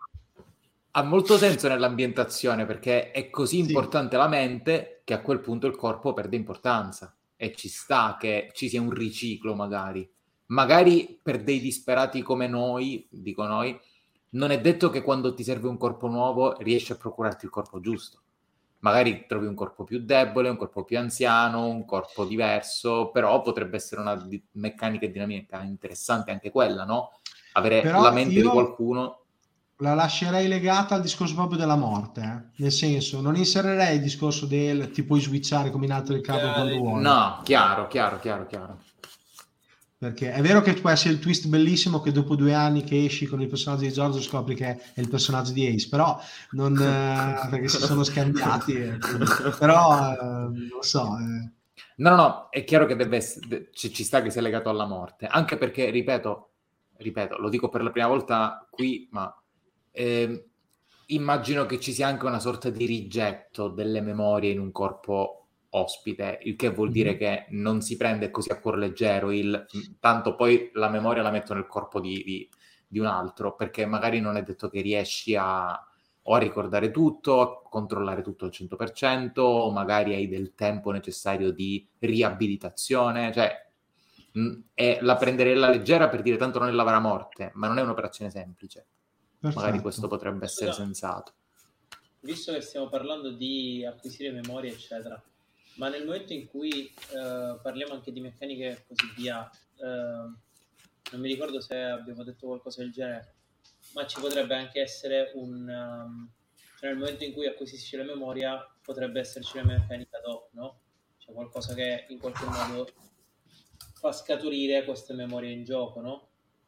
Speaker 5: ha molto senso nell'ambientazione perché è così
Speaker 2: Sì.
Speaker 5: importante la mente che a quel punto il corpo perde importanza e ci sta che ci sia un riciclo magari. Magari per dei disperati come noi, dico noi, non è detto che quando ti serve un corpo nuovo riesci a procurarti il corpo giusto. Magari trovi un corpo più debole, un corpo più anziano, un corpo diverso, però potrebbe essere una di- meccanica e dinamica interessante anche quella, no? Avere
Speaker 2: Però
Speaker 5: la mente di
Speaker 2: io
Speaker 5: qualcuno.
Speaker 2: la lascerei legata al discorso proprio della morte, eh. Nel senso, non inserirei il discorso del ti puoi switchare come in altro il carbon quando vuoi.
Speaker 5: No, chiaro, chiaro, chiaro, chiaro.
Speaker 2: Perché è vero che può essere il twist bellissimo che dopo due anni che esci con il personaggio di Giorgio scopri che è il personaggio di Ace, però non eh, perché si sono scambiati, eh, quindi, però eh, non lo so. Eh.
Speaker 5: No, no, no, è chiaro che deve essere, ci, ci sta che sia legato alla morte, anche perché, ripeto, ripeto, lo dico per la prima volta qui, ma eh, immagino che ci sia anche una sorta di rigetto delle memorie in un corpo ospite, il che vuol dire che non si prende così a cuor leggero il tanto poi la memoria la metto nel corpo di, di, di un altro, perché magari non è detto che riesci a o a ricordare tutto, a controllare tutto al cento per cento, o magari hai del tempo necessario di riabilitazione, cioè mh, è, la prenderei alla leggera per dire tanto non è lavare a morte, ma non è un'operazione semplice.
Speaker 2: Perfetto.
Speaker 5: Magari questo potrebbe essere
Speaker 4: Scusa,
Speaker 5: sensato.
Speaker 4: Visto che stiamo parlando di acquisire memoria, eccetera, ma nel momento in cui eh, parliamo anche di meccaniche e così via, eh, non mi ricordo se abbiamo detto qualcosa del genere, ma ci potrebbe anche essere un... Um, cioè nel momento in cui acquisisci la memoria potrebbe esserci una meccanica dopo, no? Cioè qualcosa che in qualche modo fa scaturire queste memorie in gioco, no?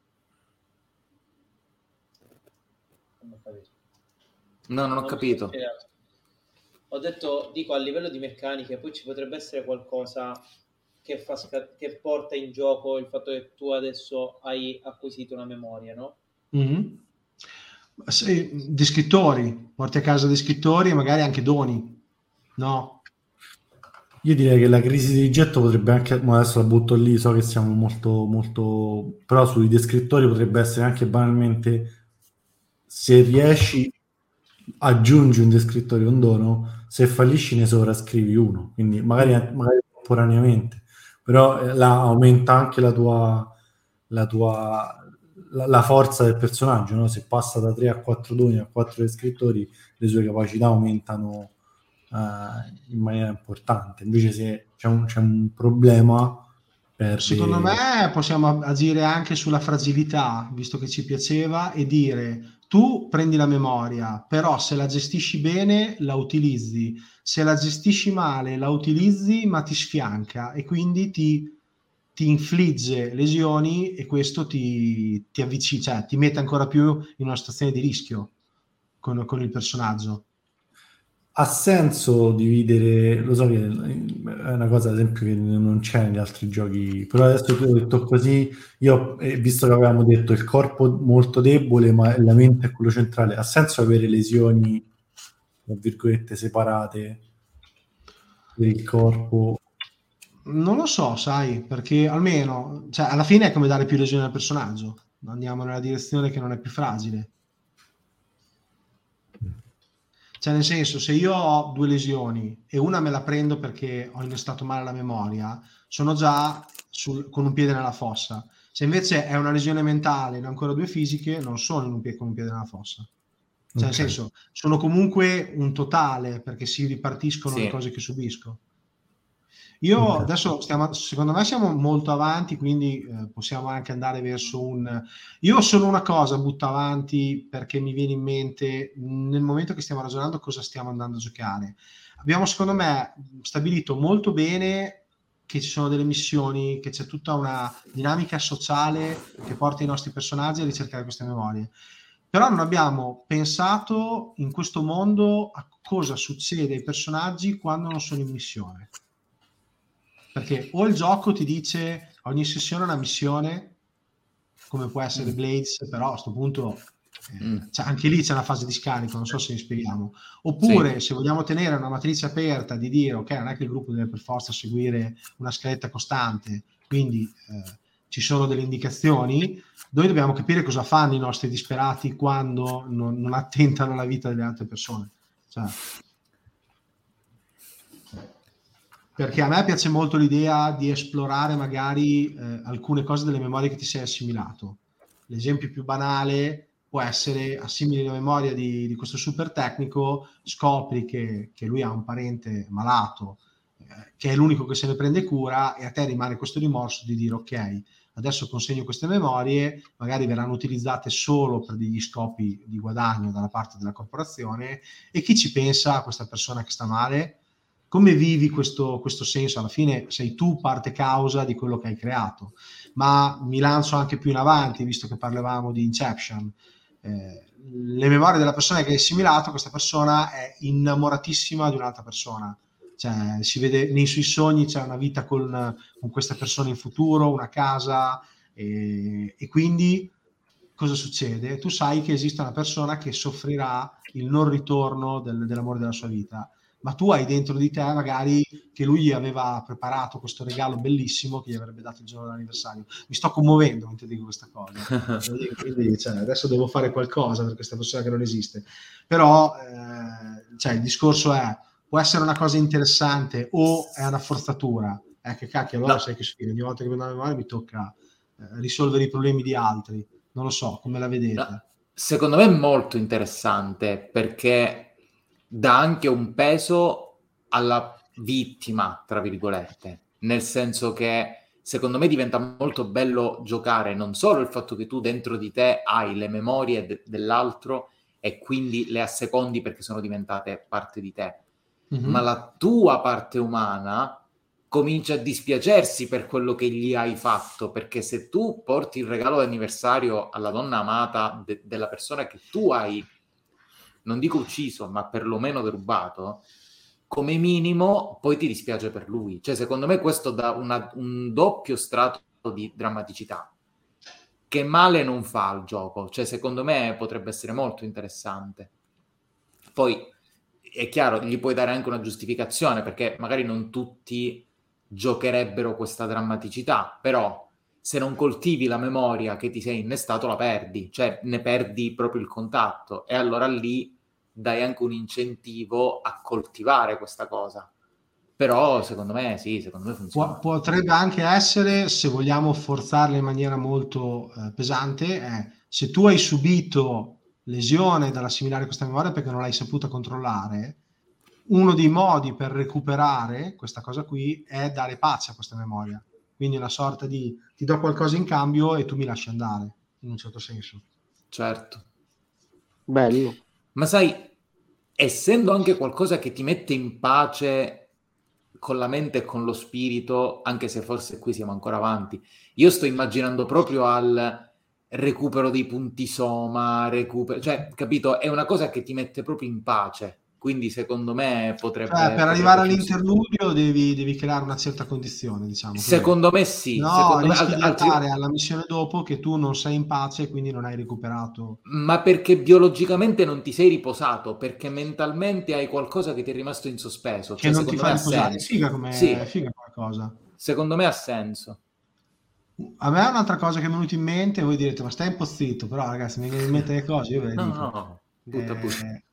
Speaker 4: Non ho capito.
Speaker 5: No, non ho
Speaker 4: Non
Speaker 5: capito.
Speaker 4: Ho detto, dico, a livello di meccaniche, poi ci potrebbe essere qualcosa che, fa sca- che porta in gioco il fatto che tu adesso hai acquisito una memoria, no?
Speaker 2: Mm-hmm. Se, di scrittori, porti a casa dei scrittori e magari anche doni, no?
Speaker 6: Io direi che la crisi di rigetto potrebbe anche, ma adesso la butto lì, so che siamo molto, molto, però sui descrittori potrebbe essere anche banalmente, se riesci, aggiungi un descrittore, un dono, se fallisci ne sovrascrivi uno, quindi magari, magari temporaneamente, però eh, là aumenta anche la tua, la tua, la, la forza del personaggio, no? Se passa da tre a quattro doni a quattro descrittori, le sue capacità aumentano in maniera importante. Invece se c'è un, c'è un problema per
Speaker 2: secondo
Speaker 6: le...
Speaker 2: me possiamo agire anche sulla fragilità, visto che ci piaceva, e dire tu prendi la memoria, però se la gestisci bene la utilizzi, se la gestisci male la utilizzi ma ti sfianca e quindi ti, ti infligge lesioni e questo ti, ti avvicina, cioè ti mette ancora più in una situazione di rischio con, con il personaggio.
Speaker 6: Ha senso dividere, lo so che è una cosa ad esempio che non c'è negli altri giochi, però adesso tu hai detto così, io eh, visto che avevamo detto il corpo molto debole ma la mente è quello centrale, ha senso avere lesioni tra virgolette separate per il corpo?
Speaker 2: Non lo so, sai, perché almeno, cioè, alla fine è come dare più lesioni al personaggio, andiamo nella direzione che non è più fragile. Cioè, nel senso, se io ho due lesioni e una me la prendo perché ho innestato male la memoria, sono già sul, con un piede nella fossa. Se invece è una lesione mentale e ne ho ancora due fisiche, non sono in un piede, con un piede nella fossa. Cioè, okay. Nel senso, sono comunque un totale perché si ripartiscono sì. le cose che subisco. Io okay. adesso stiamo, secondo me siamo molto avanti, quindi eh, possiamo anche andare verso un... Io solo una cosa butto avanti perché mi viene in mente nel momento che stiamo ragionando cosa stiamo andando a giocare. Abbiamo secondo me stabilito molto bene che ci sono delle missioni, che c'è tutta una dinamica sociale che porta i nostri personaggi a ricercare queste memorie. Però non abbiamo pensato in questo mondo a cosa succede ai personaggi quando non sono in missione. Perché o il gioco ti dice ogni sessione è una missione, come può essere mm. Blades, però a questo punto eh, mm. cioè anche lì c'è una fase di scarico, non so se mi spieghiamo. Oppure sì. se vogliamo tenere una matrice aperta di dire ok, non è che il gruppo deve per forza seguire una scaletta costante, quindi eh, ci sono delle indicazioni, noi dobbiamo capire cosa fanno i nostri disperati quando non, non attentano alla vita delle altre persone. Cioè, perché a me piace molto l'idea di esplorare magari eh, alcune cose delle memorie che ti sei assimilato. L'esempio più banale può essere: assimili la memoria di, di questo super tecnico, scopri che, che lui ha un parente malato, eh, che è l'unico che se ne prende cura, e a te rimane questo rimorso di dire ok, adesso consegno queste memorie, magari verranno utilizzate solo per degli scopi di guadagno dalla parte della corporazione, e chi ci pensa a questa persona che sta male? Come vivi questo, questo senso? Alla fine sei tu parte causa di quello che hai creato. Ma mi lancio anche più in avanti, visto che parlavamo di Inception. Eh, le memorie della persona che hai assimilato, questa persona è innamoratissima di un'altra persona. Cioè, si vede nei suoi sogni, c'è una vita con, con questa persona in futuro, una casa, e, e quindi cosa succede? Tu sai che esiste una persona che soffrirà il non ritorno del, dell'amore della sua vita, ma tu hai dentro di te magari che lui gli aveva preparato questo regalo bellissimo che gli avrebbe dato il giorno dell'anniversario. Mi sto commuovendo mentre dico questa cosa. Quindi, cioè, adesso devo fare qualcosa per questa persona che non esiste. Però eh, cioè, il discorso è: può essere una cosa interessante o è una forzatura? Eh, che cacchio, allora no. sai che ogni volta che vedo una memoria mi tocca eh, risolvere i problemi di altri. Non lo so, come la vedete?
Speaker 5: No. Secondo me è molto interessante perché dà anche un peso alla vittima, tra virgolette, nel senso che secondo me diventa molto bello giocare non solo il fatto che tu dentro di te hai le memorie de- dell'altro e quindi le assecondi perché sono diventate parte di te, mm-hmm. ma la tua parte umana comincia a dispiacersi per quello che gli hai fatto, perché se tu porti il regalo d'anniversario alla donna amata de- della persona che tu hai, non dico ucciso, ma perlomeno derubato, come minimo poi ti dispiace per lui. Cioè, secondo me questo dà una, un doppio strato di drammaticità, che male non fa al gioco, cioè secondo me potrebbe essere molto interessante. Poi è chiaro, gli puoi dare anche una giustificazione, perché magari non tutti giocherebbero questa drammaticità, però se non coltivi la memoria che ti sei innestato la perdi, cioè ne perdi proprio il contatto, e allora lì dai anche un incentivo a coltivare questa cosa. Però secondo me sì, secondo me funziona.
Speaker 2: Pu- potrebbe anche essere, se vogliamo forzarla in maniera molto eh, pesante, è se tu hai subito lesione dall'assimilare questa memoria perché non l'hai saputa controllare, uno dei modi per recuperare questa cosa qui è dare pace a questa memoria. Quindi una sorta di ti do qualcosa in cambio e tu mi lasci andare, in un certo senso.
Speaker 5: Certo.
Speaker 3: Bello.
Speaker 5: Ma sai, essendo anche qualcosa che ti mette in pace con la mente e con lo spirito, anche se forse qui siamo ancora avanti, io sto immaginando proprio al recupero dei punti soma, recupero, cioè, capito? È una cosa che ti mette proprio in pace, quindi secondo me potrebbe...
Speaker 2: Cioè, per
Speaker 5: potrebbe
Speaker 2: arrivare
Speaker 5: funzionare.
Speaker 2: all'interludio devi, devi creare una certa condizione, diciamo così.
Speaker 5: Secondo me sì,
Speaker 2: No,
Speaker 5: secondo me,
Speaker 2: rischi
Speaker 5: al-
Speaker 2: di
Speaker 5: altri-
Speaker 2: arrivare alla missione dopo che tu non sei in pace e quindi non hai recuperato.
Speaker 5: ma perché biologicamente non ti sei riposato, perché mentalmente hai qualcosa che ti è rimasto in sospeso,
Speaker 2: Che
Speaker 5: cioè
Speaker 2: non ti
Speaker 5: secondo
Speaker 2: fa
Speaker 5: me ha
Speaker 2: riposare. È
Speaker 5: senso.
Speaker 2: figa come
Speaker 5: Sì,
Speaker 2: è figa qualcosa.
Speaker 5: secondo me ha senso.
Speaker 2: A me è un'altra cosa che mi è venuta in mente, voi direte, ma stai un po' zitto, però ragazzi, mi vengono in mente le cose, io ve le
Speaker 5: No,
Speaker 2: dico.
Speaker 5: no, no, butta, butta.
Speaker 2: Eh,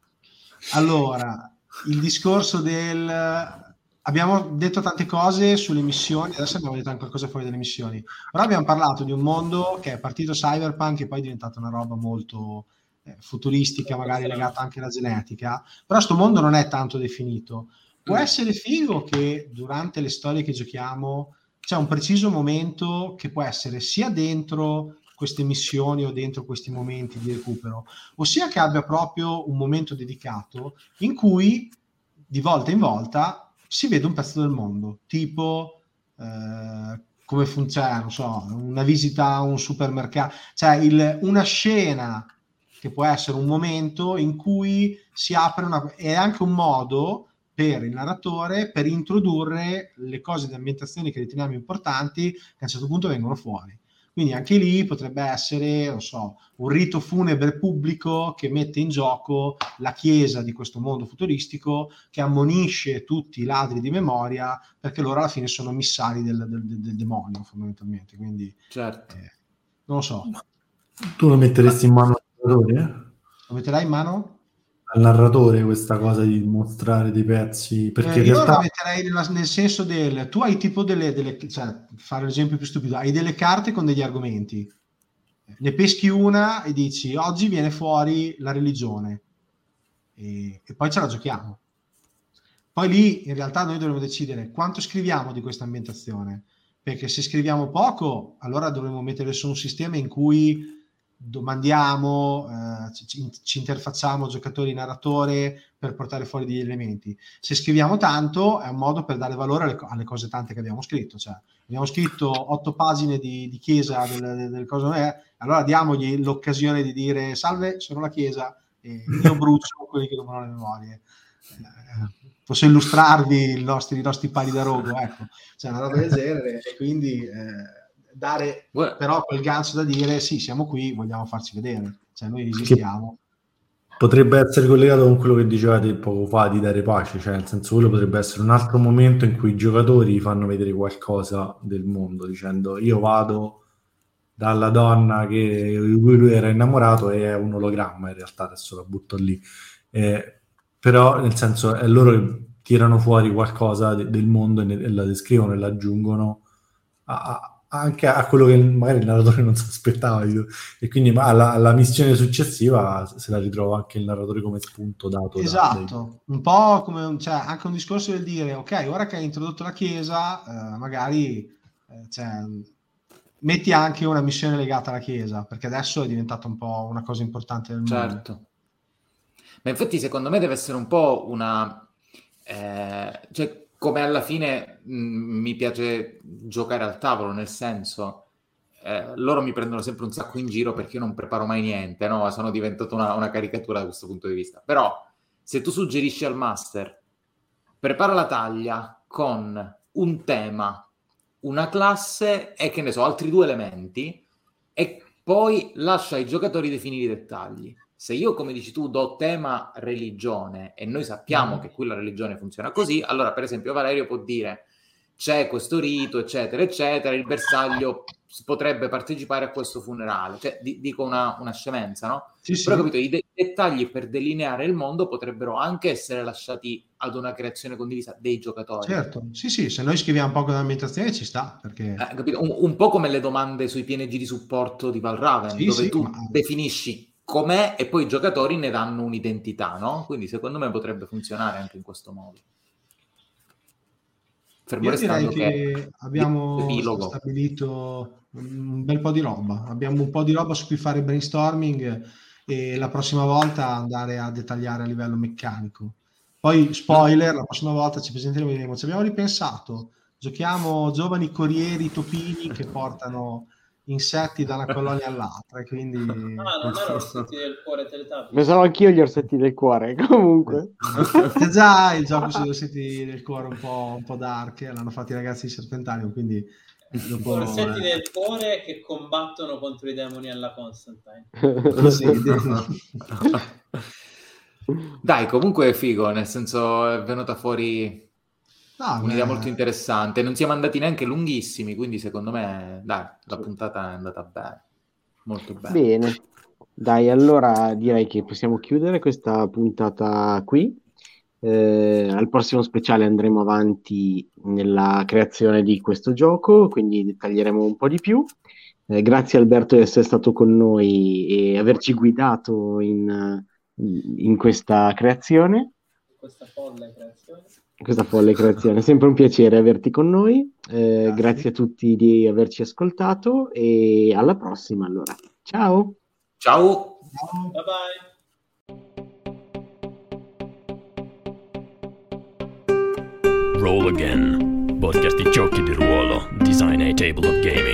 Speaker 2: allora, il discorso del... Abbiamo detto tante cose sulle missioni, adesso abbiamo detto anche qualcosa fuori dalle missioni, però abbiamo parlato di un mondo che è partito cyberpunk e poi è diventata una roba molto eh, futuristica, magari legata anche alla genetica, però sto mondo non è tanto definito. Può
Speaker 5: Mm.
Speaker 2: essere figo che durante le storie che giochiamo c'è un preciso momento che può essere sia dentro queste missioni o dentro questi momenti di recupero, ossia che abbia proprio un momento dedicato in cui di volta in volta si vede un pezzo del mondo, tipo eh, come funziona, non so, una visita a un supermercato, cioè il, una scena che può essere un momento in cui si apre una... è anche un modo per il narratore per introdurre le cose di ambientazione che riteniamo importanti che a un certo punto vengono fuori. Quindi anche lì potrebbe essere, non so, un rito funebre pubblico che mette in gioco la chiesa di questo mondo futuristico, che ammonisce tutti i ladri di memoria perché loro alla fine sono missari del, del, del, del demonio fondamentalmente. Quindi
Speaker 5: Certo.
Speaker 2: eh, non lo so.
Speaker 6: Tu lo metteresti in mano al narratore? eh?
Speaker 2: Lo metterai in mano?
Speaker 6: Al narratore questa cosa di mostrare dei pezzi? Perché
Speaker 2: Eh,
Speaker 6: in
Speaker 2: io
Speaker 6: realtà...
Speaker 2: la metterei nella- nel senso del tu hai tipo delle, delle cioè, fare l'esempio più stupido, hai delle carte con degli argomenti, ne peschi una e dici oggi viene fuori la religione e, e poi ce la giochiamo. Poi lì in realtà noi dovremo decidere quanto scriviamo di questa ambientazione, perché se scriviamo poco allora dovremo mettere su un sistema in cui domandiamo, eh, ci, ci interfacciamo giocatori narratore per portare fuori degli elementi. Se scriviamo tanto è un modo per dare valore alle, alle cose tante che abbiamo scritto, cioè abbiamo scritto otto pagine di, di chiesa del, del, del cosa è, allora diamogli l'occasione di dire salve, sono la chiesa e io brucio quelli che non hanno le memorie. Eh, posso illustrarvi i nostri, i nostri pali da rogo, ecco, cioè una roba del genere e quindi eh, dare
Speaker 5: Guarda,
Speaker 2: però quel gancio da dire sì, siamo qui, vogliamo farci vedere, cioè noi esistiamo.
Speaker 6: Potrebbe essere collegato con quello che dicevate poco fa di dare pace, cioè nel senso quello potrebbe essere un altro momento in cui i giocatori fanno vedere qualcosa del mondo dicendo io vado dalla donna che di cui lui era innamorato e è un ologramma, in realtà adesso la butto lì, eh, però nel senso è loro che tirano fuori qualcosa de- del mondo e, ne- e la descrivono e la aggiungono a, a- anche a quello che magari il narratore non si aspettava, e quindi ma alla, alla missione successiva se la ritrova anche il narratore come spunto dato da-
Speaker 2: Esatto, un po' come un, cioè, anche un discorso del dire ok, ora che hai introdotto la chiesa eh, magari eh, cioè, metti anche una missione legata alla chiesa perché adesso è diventata un po' una cosa importante nel mondo.
Speaker 5: certo. Ma infatti secondo me deve essere un po' una... eh, cioè come alla fine mh, mi piace giocare al tavolo, nel senso eh, loro mi prendono sempre un sacco in giro perché io non preparo mai niente, no? Sono diventato una, una caricatura da questo punto di vista. Però se tu suggerisci al master prepara la taglia con un tema, una classe e che ne so, altri due elementi, e poi lascia ai giocatori definire i dettagli. Se io, come dici tu, do tema religione e noi sappiamo mm. che quella religione funziona così, allora per esempio Valerio può dire c'è questo rito, eccetera, eccetera, il bersaglio potrebbe partecipare a questo funerale. Cioè, di, dico una, una scemenza, no?
Speaker 2: Sì, sì.
Speaker 5: Però, capito, i de- dettagli per delineare il mondo potrebbero anche essere lasciati ad una creazione condivisa dei giocatori.
Speaker 2: Certo, sì, sì, se noi scriviamo poco dell'ambientazione ci sta, perché...
Speaker 5: Eh, capito? Un, un po' come le domande sui P N G di supporto di Valraven,
Speaker 2: sì,
Speaker 5: dove
Speaker 2: sì,
Speaker 5: tu
Speaker 2: ma...
Speaker 5: definisci com'è e poi i giocatori ne danno un'identità, no? Quindi secondo me potrebbe funzionare anche in questo modo. Fermo
Speaker 2: Io direi
Speaker 5: che,
Speaker 2: che abbiamo
Speaker 5: epilogo.
Speaker 2: stabilito un bel po' di roba, abbiamo un po' di roba su cui fare brainstorming e la prossima volta andare a dettagliare a livello meccanico. Poi spoiler, la prossima volta ci presenteremo e diremo ci abbiamo ripensato, giochiamo giovani corrieri topini che portano insetti da una colonia all'altra e quindi...
Speaker 4: Ah, non erano orsetti del cuore Teletubbies.
Speaker 3: Pensavo anch'io gli orsetti del cuore, comunque.
Speaker 2: C'è già il gioco sugli orsetti del cuore un po', un po' dark, l'hanno fatto i ragazzi di Serpentarium, quindi... Dopo,
Speaker 4: orsetti
Speaker 2: eh...
Speaker 4: del cuore che combattono contro i demoni alla Constantine.
Speaker 2: Così,
Speaker 5: dai, comunque è figo, nel senso è venuta fuori...
Speaker 2: No,
Speaker 5: un'idea
Speaker 2: beh...
Speaker 5: molto interessante, non siamo andati neanche lunghissimi, quindi secondo me dai, la puntata è andata bene, molto bene.
Speaker 3: Bene, dai, allora direi che possiamo chiudere questa puntata qui. Eh, al prossimo speciale andremo avanti nella creazione di questo gioco, quindi dettaglieremo un po' di più. Eh, grazie Alberto di essere stato con noi e averci guidato in, in questa creazione.
Speaker 4: Questa folle creazione.
Speaker 3: Questa folle creazione, è sempre un piacere averti con noi, eh, grazie. grazie a tutti di averci ascoltato e alla prossima allora, ciao!
Speaker 5: Ciao!
Speaker 4: Bye
Speaker 1: bye! Roll Again, podcast di giochi di ruolo, Design a Table of Gaming.